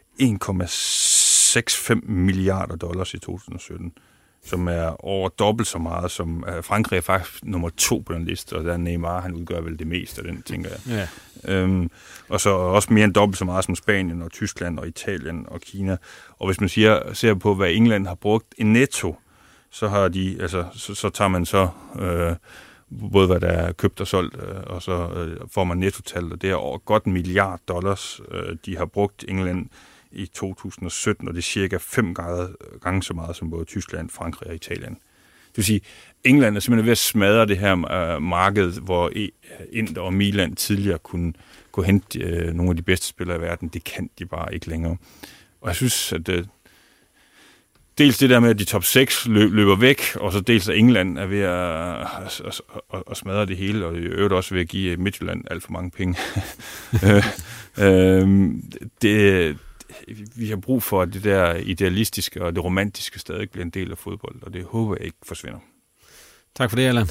1,65 milliarder dollars i 2017. Som er over dobbelt så meget som Frankrig er faktisk nummer 2 på den liste, og der Neymar, han udgør vel det meste af den, tænker jeg. Ja. Og så også mere end dobbelt så meget som Spanien og Tyskland og Italien og Kina. Og hvis man ser på, hvad England har brugt i netto, så har de, altså, så tager man så både hvad der er købt og solgt, og så får man nettotal, og det er over godt $1 milliard, de har brugt England i 2017, og det er cirka 5 gange så meget som både Tyskland, Frankrig og Italien. Det vil sige, England er simpelthen ved at smadre det her marked, hvor Inter og Milan tidligere kunne hente nogle af de bedste spillere i verden. Det kan de bare ikke længere. Og jeg synes, at dels det der med, at de top 6 løber væk, og så dels at England er ved at smadre det hele, og i øvrigt også ved at give Midtjylland alt for mange penge. vi har brug for, at det der idealistiske og det romantiske stadig bliver en del af fodbold, og det håber jeg ikke forsvinder. Tak for det, Allan.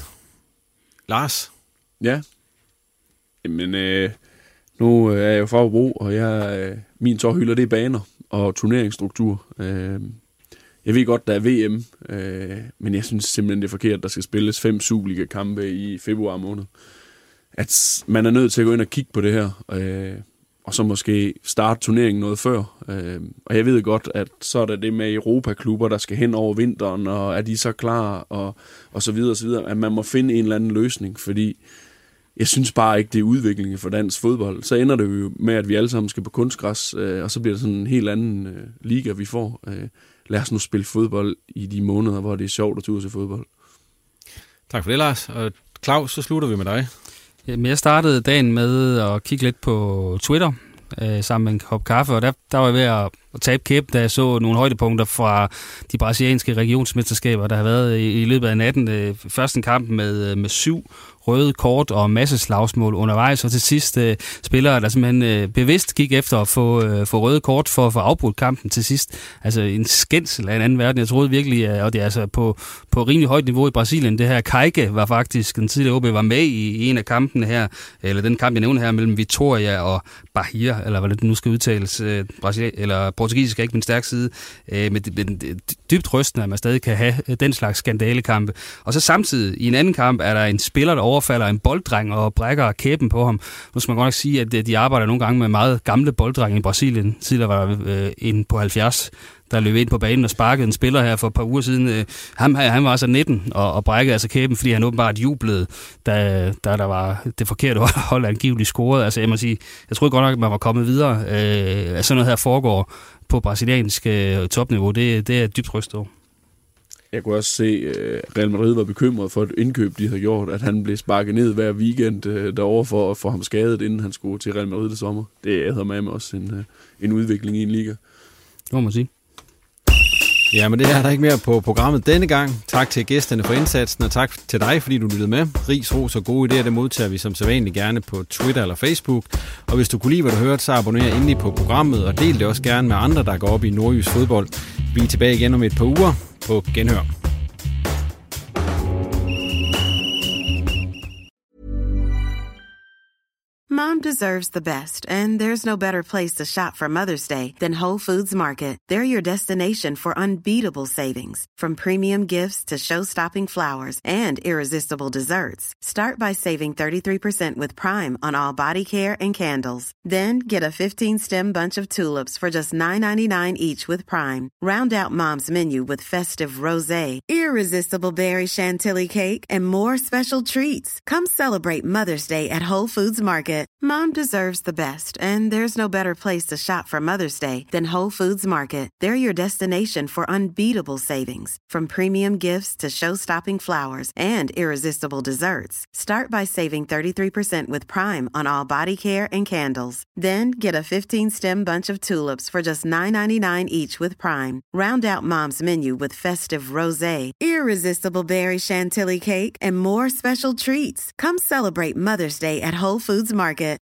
Lars? Ja. Jamen, nu er jeg jo fra Hobro, og min tårhylder, det er baner og turneringsstruktur. Jeg ved godt, der er VM, men jeg synes simpelthen, det er forkert, at der skal spilles 5 Superliga-kampe i februar måned. At man er nødt til at gå ind og kigge på det her, og så måske starte turneringen noget før. Og jeg ved godt, at så er der det med Europaklubber, der skal hen over vinteren, og er de så klar, og så videre, og så videre. At man må finde en eller anden løsning, fordi jeg synes bare ikke, det er udviklingen for dansk fodbold. Så ender det jo med, at vi alle sammen skal på kunstgræs, og så bliver det sådan en helt anden liga, vi får. Lad os nu spille fodbold i de måneder, hvor det er sjovt at ture til fodbold. Tak for det, Lars. Og Claus, så slutter vi med dig. Jamen, jeg startede dagen med at kigge lidt på Twitter sammen med en kop kaffe, og der var jeg ved at tabe kæben, da jeg så nogle højdepunkter fra de brasilianske regionsmesterskaber, der har været i løbet af natten. Først en kamp med 7 røde kort og masse slagsmål undervejs, og til sidst spillere, der simpelthen bevidst gik efter at få røde kort for at få afbrudt kampen til sidst. Altså en skændsel af en anden verden. Jeg troede virkelig, og det er altså på rimelig højt niveau i Brasilien. Det her Kaique var faktisk, den tidligere OB var med i en af kampene her, eller den kamp, jeg nævner her, mellem Vitória og Bahia, eller hvad det nu skal udtales, eller portugisisk er ikke min stærke side, men dybt rystende, at man stadig kan have den slags skandalekampe. Og så samtidig i en anden kamp er der en spiller, der overfalder en bolddreng og brækker kæben på ham. Nu skal man godt nok sige, at de arbejder nogle gange med meget gamle bolddrenge i Brasilien. Tidligere var der en på 70, der løb ind på banen og sparkede en spiller her for et par uger siden. Han var altså 19 og brækkede altså kæben, fordi han åbenbart jublede, da der var det forkerte hold angiveligt scoret. Altså jeg må sige, jeg troede godt nok, at man var kommet videre. At sådan noget her foregår på brasiliansk topniveau, det er dybt rystet over. Jeg kunne også se, at Real Madrid var bekymret for et indkøb, de havde gjort, at han blev sparket ned hver weekend derovre for at få ham skadet, inden han skulle til Real Madrid det sommer. Det havde med også en udvikling i en liga. Det må man sige. Ja, men det er der ikke mere på programmet denne gang. Tak til gæsterne for indsatsen, og tak til dig, fordi du lyttede med. Ris, ros og gode idéer, det modtager vi som sædvanligt gerne på Twitter eller Facebook. Og hvis du kunne lide, hvad du hørte, så abonner endelig på programmet, og del det også gerne med andre, der går op i nordjysk fodbold. Vi er tilbage igen om et par uger. På genhør. Mom deserves the best, and there's no better place to shop for Mother's Day than Whole Foods Market. They're your destination for unbeatable savings, from premium gifts to show-stopping flowers and irresistible desserts. Start by saving 33% with Prime on all body care and candles. Then get a 15-stem bunch of tulips for just $9.99 each with Prime. Round out Mom's menu with festive rosé, irresistible berry chantilly cake, and more special treats. Come celebrate Mother's Day at Whole Foods Market. Mom deserves the best, and there's no better place to shop for Mother's Day than Whole Foods Market. They're your destination for unbeatable savings, from premium gifts to show-stopping flowers and irresistible desserts. Start by saving 33% with Prime on all body care and candles. Then get a 15-stem bunch of tulips for just $9.99 each with Prime. Round out Mom's menu with festive rosé, irresistible berry chantilly cake, and more special treats. Come celebrate Mother's Day at Whole Foods Market.